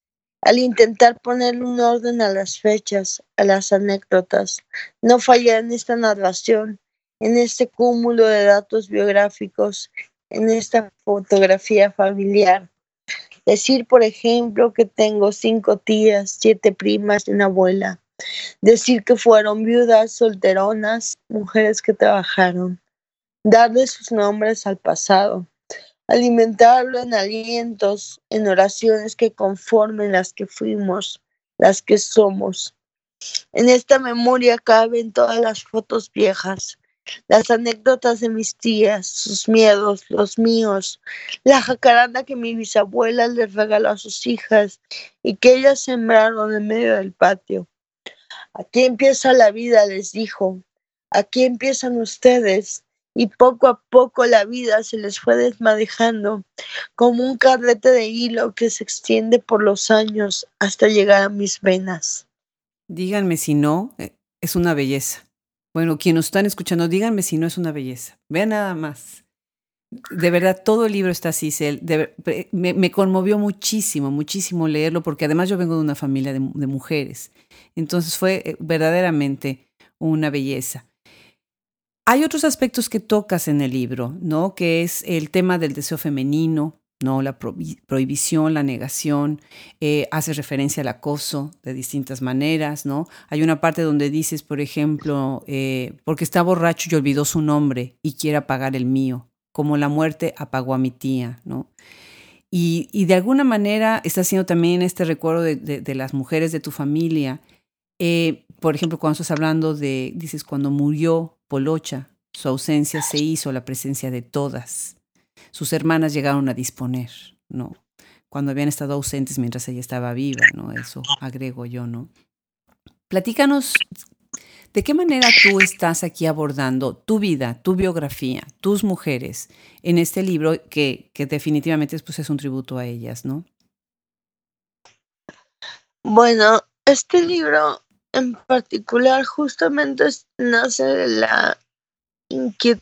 al intentar poner un orden a las fechas, a las anécdotas. No fallé en esta narración, en este cúmulo de datos biográficos, en esta fotografía familiar. Decir, por ejemplo, que tengo cinco tías, siete primas y una abuela. Decir que fueron viudas, solteronas, mujeres que trabajaron. Darle sus nombres al pasado. Alimentarlo en alientos, en oraciones que conformen las que fuimos, las que somos. En esta memoria caben todas las fotos viejas, las anécdotas de mis tías, sus miedos, los míos, la jacaranda que mi bisabuela les regaló a sus hijas y que ellas sembraron en medio del patio. Aquí empieza la vida, les dijo. Aquí empiezan ustedes. Y poco a poco la vida se les fue desmadejando como un carrete de hilo que se extiende por los años hasta llegar a mis venas. Díganme si no, es una belleza. Bueno, quienes nos están escuchando, díganme si no es una belleza. Vean nada más. De verdad, todo el libro está así, Cel. De, me, me conmovió muchísimo, muchísimo leerlo, porque además yo vengo de una familia de, de mujeres. Entonces fue verdaderamente una belleza. Hay otros aspectos que tocas en el libro, ¿no? Que es el tema del deseo femenino, ¿no? La prohi- prohibición, la negación, eh, hace referencia al acoso de distintas maneras, ¿no? Hay una parte donde dices, por ejemplo, eh, porque está borracho y olvidó su nombre y quiere apagar el mío, como la muerte apagó a mi tía, ¿no? Y, y de alguna manera está haciendo también este recuerdo de, de, de las mujeres de tu familia. Eh, por ejemplo, cuando estás hablando de, dices, cuando murió Polocha, su ausencia se hizo la presencia de todas. Sus hermanas llegaron a disponer, ¿no? Cuando habían estado ausentes mientras ella estaba viva, ¿no? Eso agrego yo, ¿no? Platícanos, ¿de qué manera tú estás aquí abordando tu vida, tu biografía, tus mujeres en este libro que, que definitivamente pues, es un tributo a ellas, ¿no? Bueno, este libro en particular justamente es- nace de la inquietud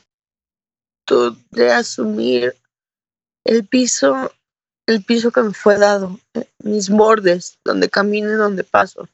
de asumir el piso, el piso que me fue dado, eh, mis bordes, donde camino y donde paso,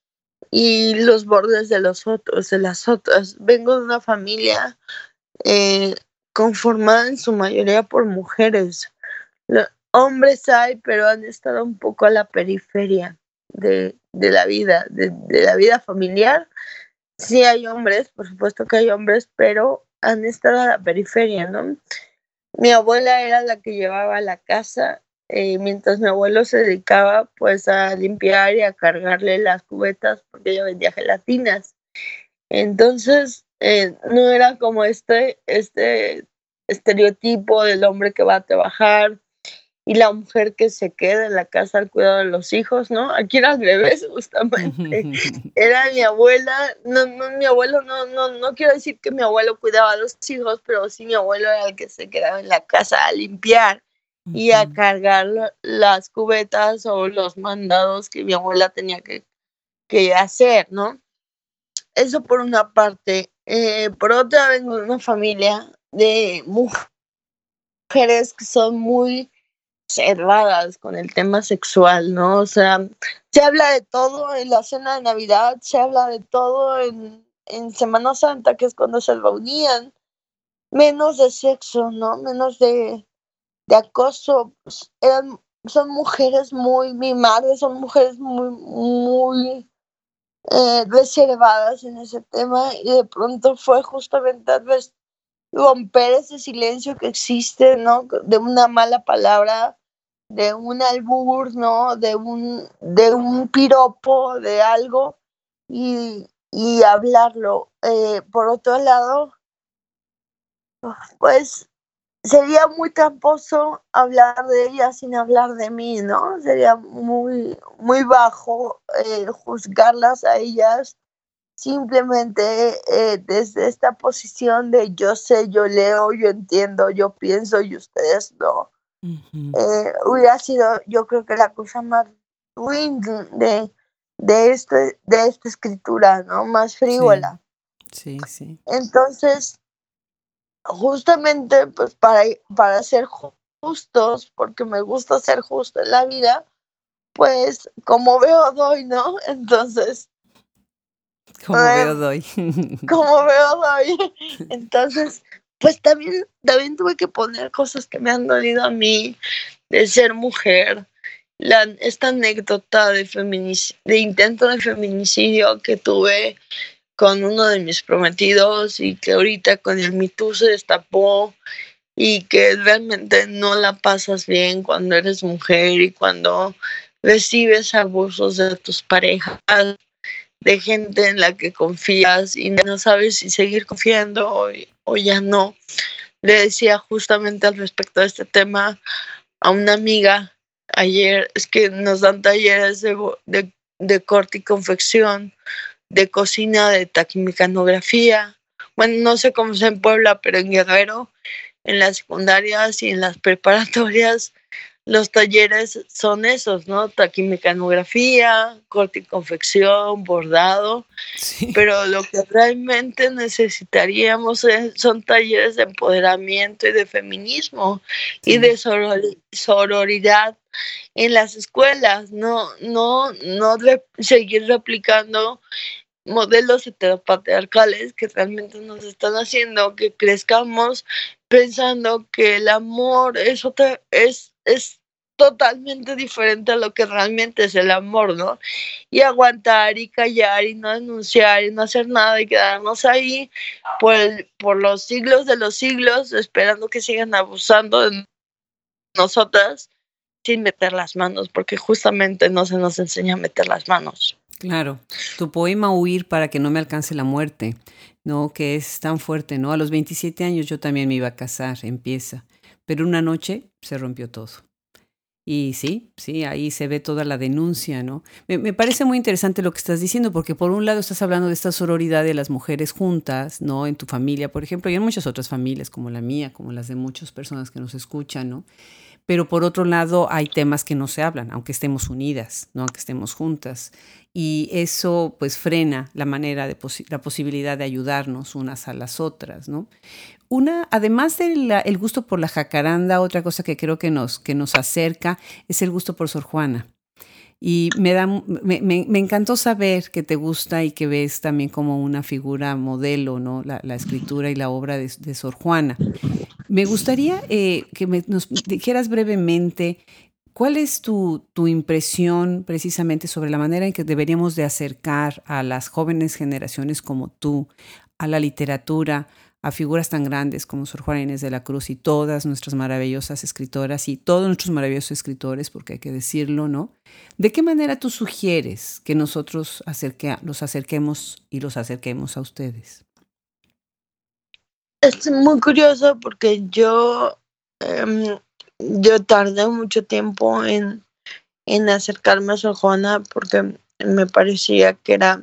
y los bordes de los otros, de las otras. Vengo de una familia eh, conformada en su mayoría por mujeres. Lo- hombres hay, pero han estado un poco a la periferia de, de la vida, de, de la vida familiar. Sí hay hombres, por supuesto que hay hombres, pero han estado a la periferia, ¿no? Mi abuela era la que llevaba la casa, eh, mientras mi abuelo se dedicaba pues a limpiar y a cargarle las cubetas porque ella vendía gelatinas. Entonces, eh, no era como este, este estereotipo del hombre que va a trabajar y la mujer que se queda en la casa al cuidado de los hijos, ¿no? Aquí era al revés, justamente. Era mi abuela, no, no, mi abuelo, no, no, no quiero decir que mi abuelo cuidaba a los hijos, pero sí mi abuelo era el que se quedaba en la casa a limpiar y a cargar la- las cubetas o los mandados que mi abuela tenía que, que hacer, ¿no? Eso por una parte. Eh, por otra, vengo de una familia de mujeres que son muy cerradas con el tema sexual, ¿no? O sea, se habla de todo en la cena de Navidad, se habla de todo en, en Semana Santa, que es cuando se reunían, menos de sexo, ¿no? Menos de, de acoso. Pues, eran, son mujeres muy, mi madre son mujeres muy, muy eh, reservadas en ese tema y de pronto fue justamente tal vez romper ese silencio que existe, ¿no? De una mala palabra, de un albur, ¿no? De un, de un piropo, de algo, y, y hablarlo. Eh, por otro lado, pues sería muy tramposo hablar de ella sin hablar de mí, ¿no? Sería muy, muy bajo eh, juzgarlas a ellas simplemente eh, desde esta posición de yo sé, yo leo, yo entiendo, yo pienso y ustedes no. Ujú. Eh, hubiera sido, yo creo que la cosa más ruin de, de, este, de esta escritura, ¿no? Más Sí, frívola. sí, sí. Entonces, justamente, pues para, para ser justos, porque me gusta ser justo en la vida, pues como veo, doy, ¿no? Entonces, Como eh, veo, doy. como veo, doy. Entonces, pues también, también tuve que poner cosas que me han dolido a mí de ser mujer. La, esta anécdota de, feminic- de intento de feminicidio que tuve con uno de mis prometidos y que ahorita con el Me Too se destapó y que realmente no la pasas bien cuando eres mujer y cuando recibes abusos de tus parejas, de gente en la que confías y no sabes si seguir confiando o, o ya no. Le decía justamente al respecto de este tema a una amiga ayer, es que nos dan talleres de, de, de corte y confección, de cocina, de taquimecanografía. Bueno, no sé cómo sea en Puebla, pero en Guerrero, en las secundarias y en las preparatorias, los talleres son esos, ¿no? Taquimecanografía, corte y confección, bordado, Sí, pero lo que realmente necesitaríamos es, son talleres de empoderamiento y de feminismo y sí. de soror- sororidad en las escuelas, no, no, no re- seguir replicando modelos heteropatriarcales que realmente nos están haciendo que crezcamos pensando que el amor es otra, es es totalmente diferente a lo que realmente es el amor, ¿no? Y aguantar y callar y no denunciar y no hacer nada y quedarnos ahí por, el, por los siglos de los siglos esperando que sigan abusando de nosotras sin meter las manos, porque justamente no se nos enseña a meter las manos. Claro, tu poema Huir para que no me alcance la muerte, ¿no? Que es tan fuerte, ¿no? A los veintisiete años yo también me iba a casar, empieza, pero una noche se rompió todo. Y sí, sí, ahí se ve toda la denuncia, ¿no? Me, me parece muy interesante lo que estás diciendo, porque por un lado estás hablando de esta sororidad de las mujeres juntas, ¿no? En tu familia, por ejemplo, y en muchas otras familias, como la mía, como las de muchas personas que nos escuchan, ¿no? Pero por otro lado hay temas que no se hablan, aunque estemos unidas, ¿no? Aunque estemos juntas. Y eso pues frena la manera de posi- la posibilidad de ayudarnos unas a las otras, ¿no? Una, además del el gusto por la jacaranda, otra cosa que creo que nos, que nos acerca es el gusto por Sor Juana. Y me, da, me, me, me encantó saber que te gusta y que ves también como una figura modelo, ¿no? La, la escritura y la obra de, de Sor Juana. Me gustaría eh, que me, nos dijeras brevemente cuál es tu, tu impresión precisamente sobre la manera en que deberíamos de acercar a las jóvenes generaciones como tú a la literatura, a figuras tan grandes como Sor Juana Inés de la Cruz y todas nuestras maravillosas escritoras y todos nuestros maravillosos escritores, porque hay que decirlo, ¿no? ¿De qué manera tú sugieres que nosotros acerque, los acerquemos y los acerquemos a ustedes? Es muy curioso porque yo, um, yo tardé mucho tiempo en, en acercarme a Sor Juana porque me parecía que era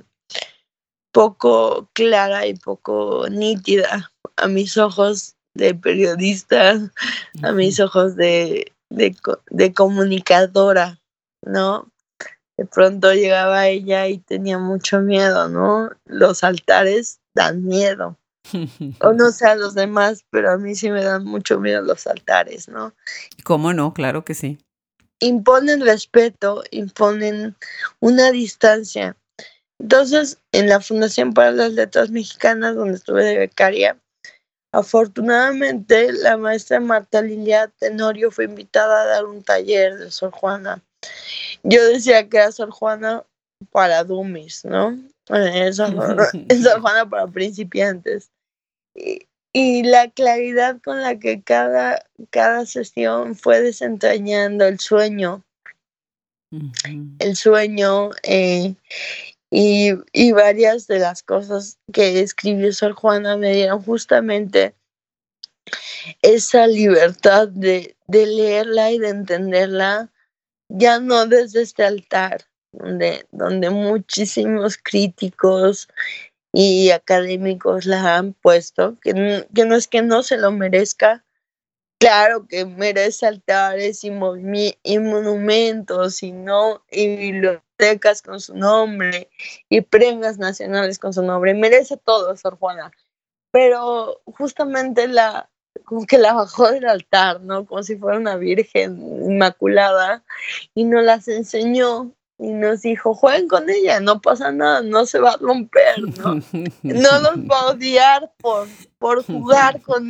poco clara y poco nítida a mis ojos de periodista, a mis ojos de, de, de comunicadora, ¿no? De pronto llegaba ella y tenía mucho miedo, ¿no? Los altares dan miedo. O no sé a los demás, pero a mí sí me dan mucho miedo los altares, ¿no? ¿Cómo no? Claro que sí. Imponen respeto, imponen una distancia. Entonces, en la Fundación para las Letras Mexicanas, donde estuve de becaria, afortunadamente la maestra Marta Lilia Tenorio fue invitada a dar un taller de Sor Juana. Yo decía que era Sor Juana para dummies, ¿no? Eh, Sor, Sor Juana para principiantes. Y, y la claridad con la que cada, cada sesión fue desentrañando el sueño, Uh-huh. el sueño eh, y, y varias de las cosas que escribió Sor Juana me dieron justamente esa libertad de, de leerla y de entenderla, ya no desde este altar, donde, donde muchísimos críticos y académicos la han puesto, que no, que no es que no se lo merezca, claro que merece altares y, movi- y monumentos y, no, y bibliotecas con su nombre y premios nacionales con su nombre, merece todo, Sor Juana, pero justamente la como que la bajó del altar, ¿no? Como si fuera una virgen inmaculada y nos las enseñó y nos dijo, jueguen con ella, no pasa nada, no se va a romper, ¿no? No los va a odiar por, por jugar con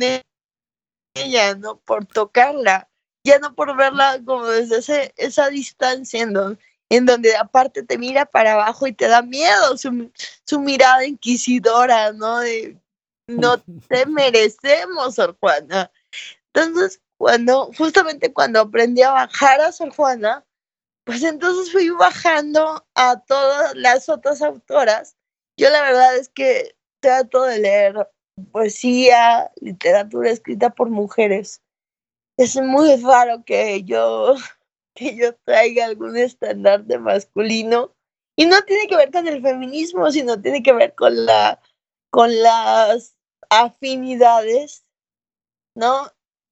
ella, ¿no? Por tocarla, ya no por verla como desde ese, esa distancia en donde, en donde aparte te mira para abajo y te da miedo su, su mirada inquisidora, ¿no? De, no te merecemos, Sor Juana. Entonces, cuando, justamente cuando aprendí a bajar a Sor Juana, pues entonces fui bajando a todas las otras autoras. Yo la verdad es que trato de leer poesía, literatura escrita por mujeres. Es muy raro que yo, que yo traiga algún estandarte masculino. Y no tiene que ver con el feminismo, sino tiene que ver con la, con las afinidades, ¿no?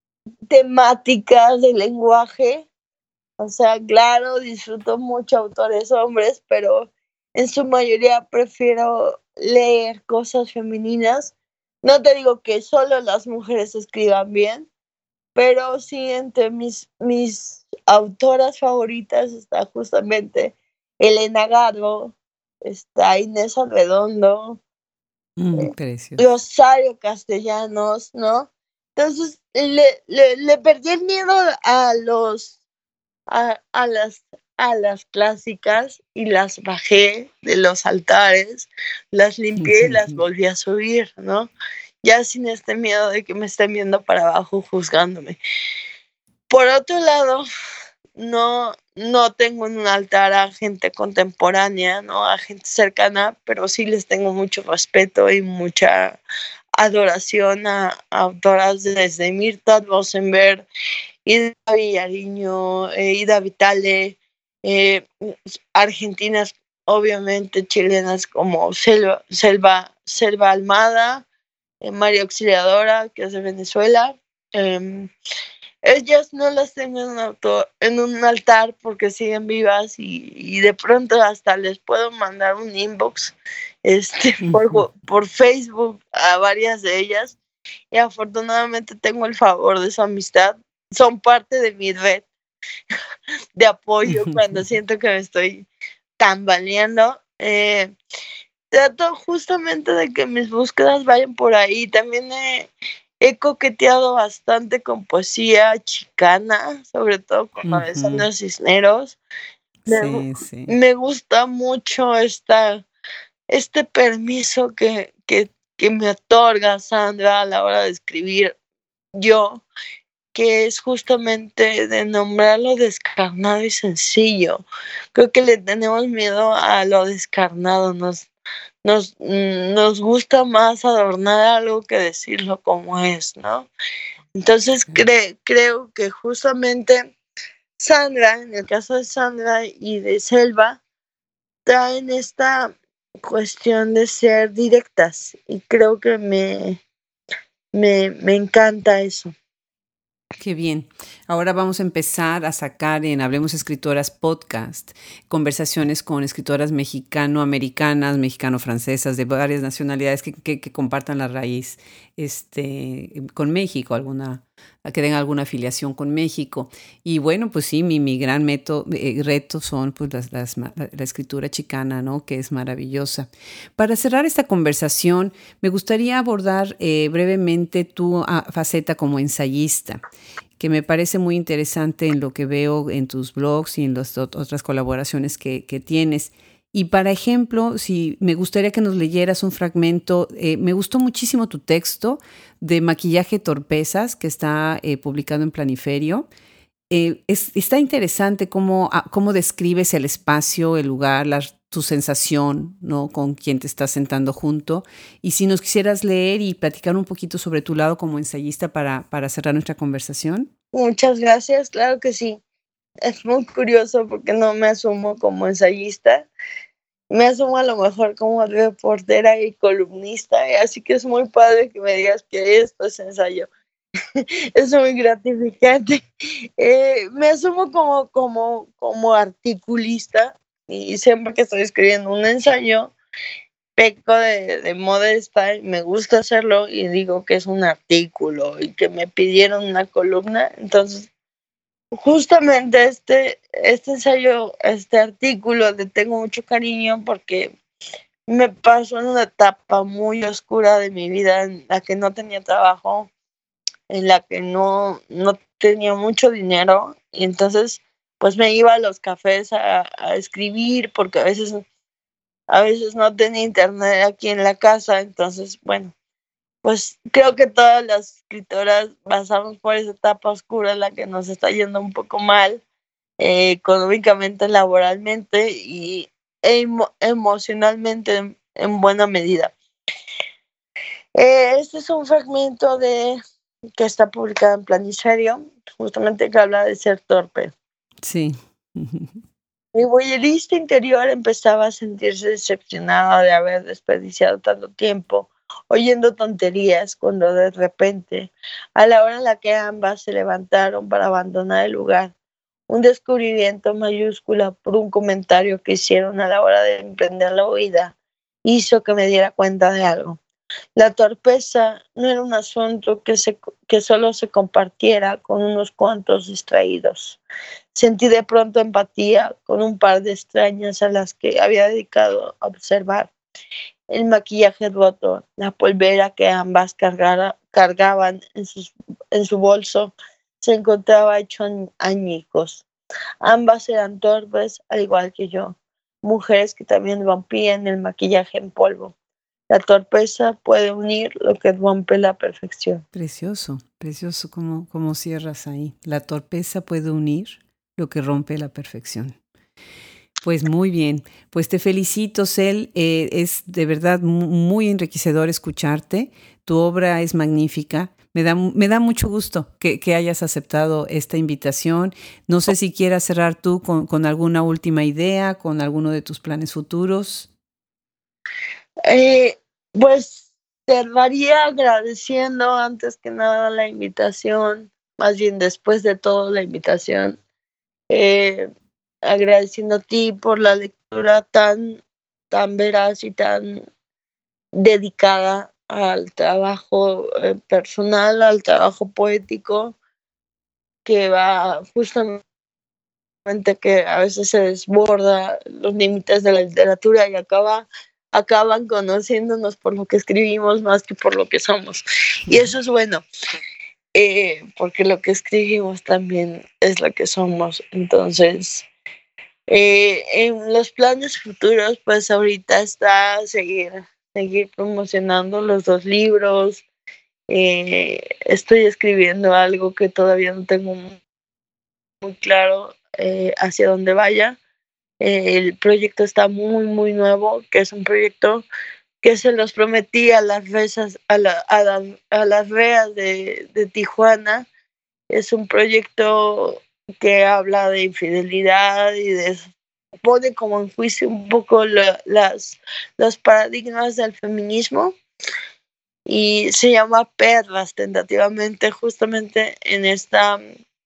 Temáticas del lenguaje. O sea, claro, disfruto mucho autores hombres, pero en su mayoría prefiero leer cosas femeninas. No te digo que solo las mujeres escriban bien, pero sí entre mis, mis autoras favoritas está justamente Elena Garro, está Inés Arredondo, Mm, eh, precioso. Rosario Castellanos, ¿no? Entonces le, le, le perdí el miedo a los a, a las a las clásicas y las bajé de los altares, las limpié y las volví a subir, ¿no? Ya sin este miedo de que me estén viendo para abajo juzgándome. Por otro lado, no, no tengo en un altar a gente contemporánea, ¿no? A gente cercana, pero sí les tengo mucho respeto y mucha adoración a, a autoras desde Mirta Rosenberg, Ida Villariño, eh, Ida Vitale, eh, argentinas, obviamente chilenas como Selva, Selva, Selva Almada, eh, María Auxiliadora, que es de Venezuela. Eh, ellas no las tengo en un, auto, en un altar porque siguen vivas y, y de pronto hasta les puedo mandar un inbox este, por, por Facebook a varias de ellas y afortunadamente tengo el favor de su amistad. Son parte de mi red de apoyo cuando siento que me estoy tambaleando. Eh, trato justamente de que mis búsquedas vayan por ahí. También he, he coqueteado bastante con poesía chicana, sobre todo con uh-huh. Alessandra Cisneros. Me, sí, sí. me gusta mucho esta, este permiso que, que, que me otorga Sandra a la hora de escribir yo, que es justamente de nombrar lo descarnado y sencillo. Creo que le tenemos miedo a lo descarnado, nos, nos, nos gusta más adornar algo que decirlo como es, ¿no? Entonces cre- creo que justamente Sandra, en el caso de Sandra y de Selva, traen esta cuestión de ser directas y creo que me, me, me encanta eso. Qué bien. Ahora vamos a empezar a sacar en Hablemos Escritoras podcast conversaciones con escritoras mexicano-americanas, mexicano-francesas, de varias nacionalidades que, que, que compartan la raíz este, con México, alguna, que tengan alguna afiliación con México. Y bueno, pues sí, mi, mi gran meto, eh, reto son pues las, las, la, la escritura chicana, ¿no? Que es maravillosa. Para cerrar esta conversación, me gustaría abordar eh, brevemente tu uh, faceta como ensayista, que me parece muy interesante en lo que veo en tus blogs y en las otras colaboraciones que, que tienes. Y, por ejemplo, si me gustaría que nos leyeras un fragmento, eh, me gustó muchísimo tu texto de Maquillaje Torpezas, que está eh, publicado en Planiferio. Eh, es, está interesante cómo, cómo describes el espacio, el lugar, la, tu sensación, ¿no? Con quien te estás sentando junto. Y si nos quisieras leer y platicar un poquito sobre tu lado como ensayista para, para cerrar nuestra conversación. Muchas gracias, claro que sí. Es muy curioso porque no me asumo como ensayista. Me asumo a lo mejor como reportera y columnista, así que es muy padre que me digas que esto es ensayo. Es muy gratificante. Eh, me asumo como, como, como articulista y siempre que estoy escribiendo un ensayo, peco de, de modesta y me gusta hacerlo y digo que es un artículo y que me pidieron una columna, entonces justamente este, este ensayo, este artículo le tengo mucho cariño porque me pasó en una etapa muy oscura de mi vida en la que no tenía trabajo, en la que no, no tenía mucho dinero y entonces pues me iba a los cafés a, a escribir porque a veces, a veces no tenía internet aquí en la casa, entonces bueno, pues creo que todas las escritoras pasamos por esa etapa oscura en la que nos está yendo un poco mal, eh, económicamente, laboralmente y emo- emocionalmente en, en buena medida. Eh, este es un fragmento de que está publicado en Planiferio, justamente que habla de ser torpe. Sí. Mi voyerista interior empezaba a sentirse decepcionada de haber desperdiciado tanto tiempo oyendo tonterías cuando de repente, a la hora en la que ambas se levantaron para abandonar el lugar, un descubrimiento mayúscula por un comentario que hicieron a la hora de emprender la huida hizo que me diera cuenta de algo. La torpeza no era un asunto que, se, que solo se compartiera con unos cuantos distraídos. Sentí de pronto empatía con un par de extrañas a las que había dedicado a observar el maquillaje roto, la polvera que ambas cargara, cargaban en, sus, en su bolso se encontraba hecho añicos. Ambas eran torpes, al igual que yo, mujeres que también rompían el maquillaje en polvo. La torpeza puede unir lo que rompe la perfección. Precioso, precioso como, como cierras ahí. La torpeza puede unir lo que rompe la perfección. Pues muy bien, pues te felicito, Cel, eh, es de verdad muy enriquecedor escucharte, tu obra es magnífica, me da, me da mucho gusto que, que hayas aceptado esta invitación. No sé si quieras cerrar tú con, con alguna última idea, con alguno de tus planes futuros. Eh, pues cerraría agradeciendo antes que nada la invitación, más bien después de todo la invitación, eh, agradeciendo a ti por la lectura tan, tan veraz y tan dedicada al trabajo eh, personal, al trabajo poético, que va justamente que a veces se desborda los límites de la literatura y acaba acaban conociéndonos por lo que escribimos más que por lo que somos. Y eso es bueno, eh, porque lo que escribimos también es lo que somos. Entonces, eh, en los planes futuros, pues ahorita está seguir, seguir promocionando los dos libros. Eh, estoy escribiendo algo que todavía no tengo muy claro eh, hacia dónde vaya. Eh, el proyecto está muy, muy nuevo, que es un proyecto que se los prometí a las reas, a, la, a, la, a las reas de, de Tijuana. Es un proyecto que habla de infidelidad y de, pone como en juicio un poco la, las, los paradigmas del feminismo. Y se llama Perlas, tentativamente, justamente en esta...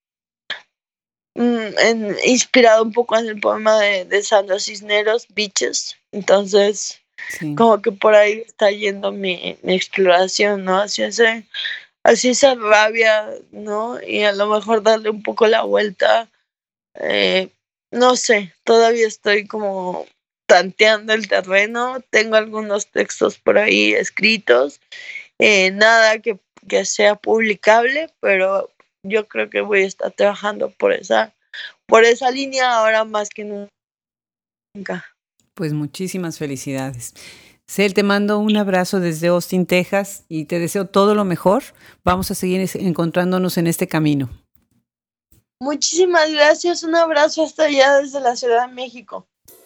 En, inspirado un poco en el poema de, de Sandra Cisneros, Bitches. Entonces, sí, como que por ahí está yendo mi, mi exploración, ¿no? Hacia ese, hacia esa rabia, ¿no? Y a lo mejor darle un poco la vuelta. Eh, no sé, todavía estoy como tanteando el terreno. Tengo algunos textos por ahí escritos. Eh, nada que, que sea publicable, pero yo creo que voy a estar trabajando por esa, por esa línea ahora más que nunca. Pues muchísimas felicidades. Cel, te mando un abrazo desde Austin, Texas, y te deseo todo lo mejor. Vamos a seguir encontrándonos en este camino. Muchísimas gracias. Un abrazo hasta allá desde la Ciudad de México.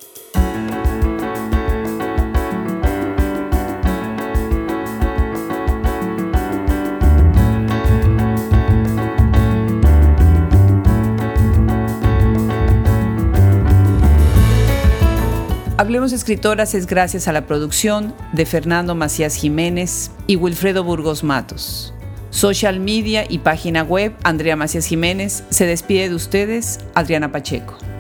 Hablemos Escritoras es gracias a la producción de Fernando Macías Jiménez y Wilfredo Burgos Matos. Social media y página web Andrea Macías Jiménez. Se despide de ustedes Adriana Pacheco.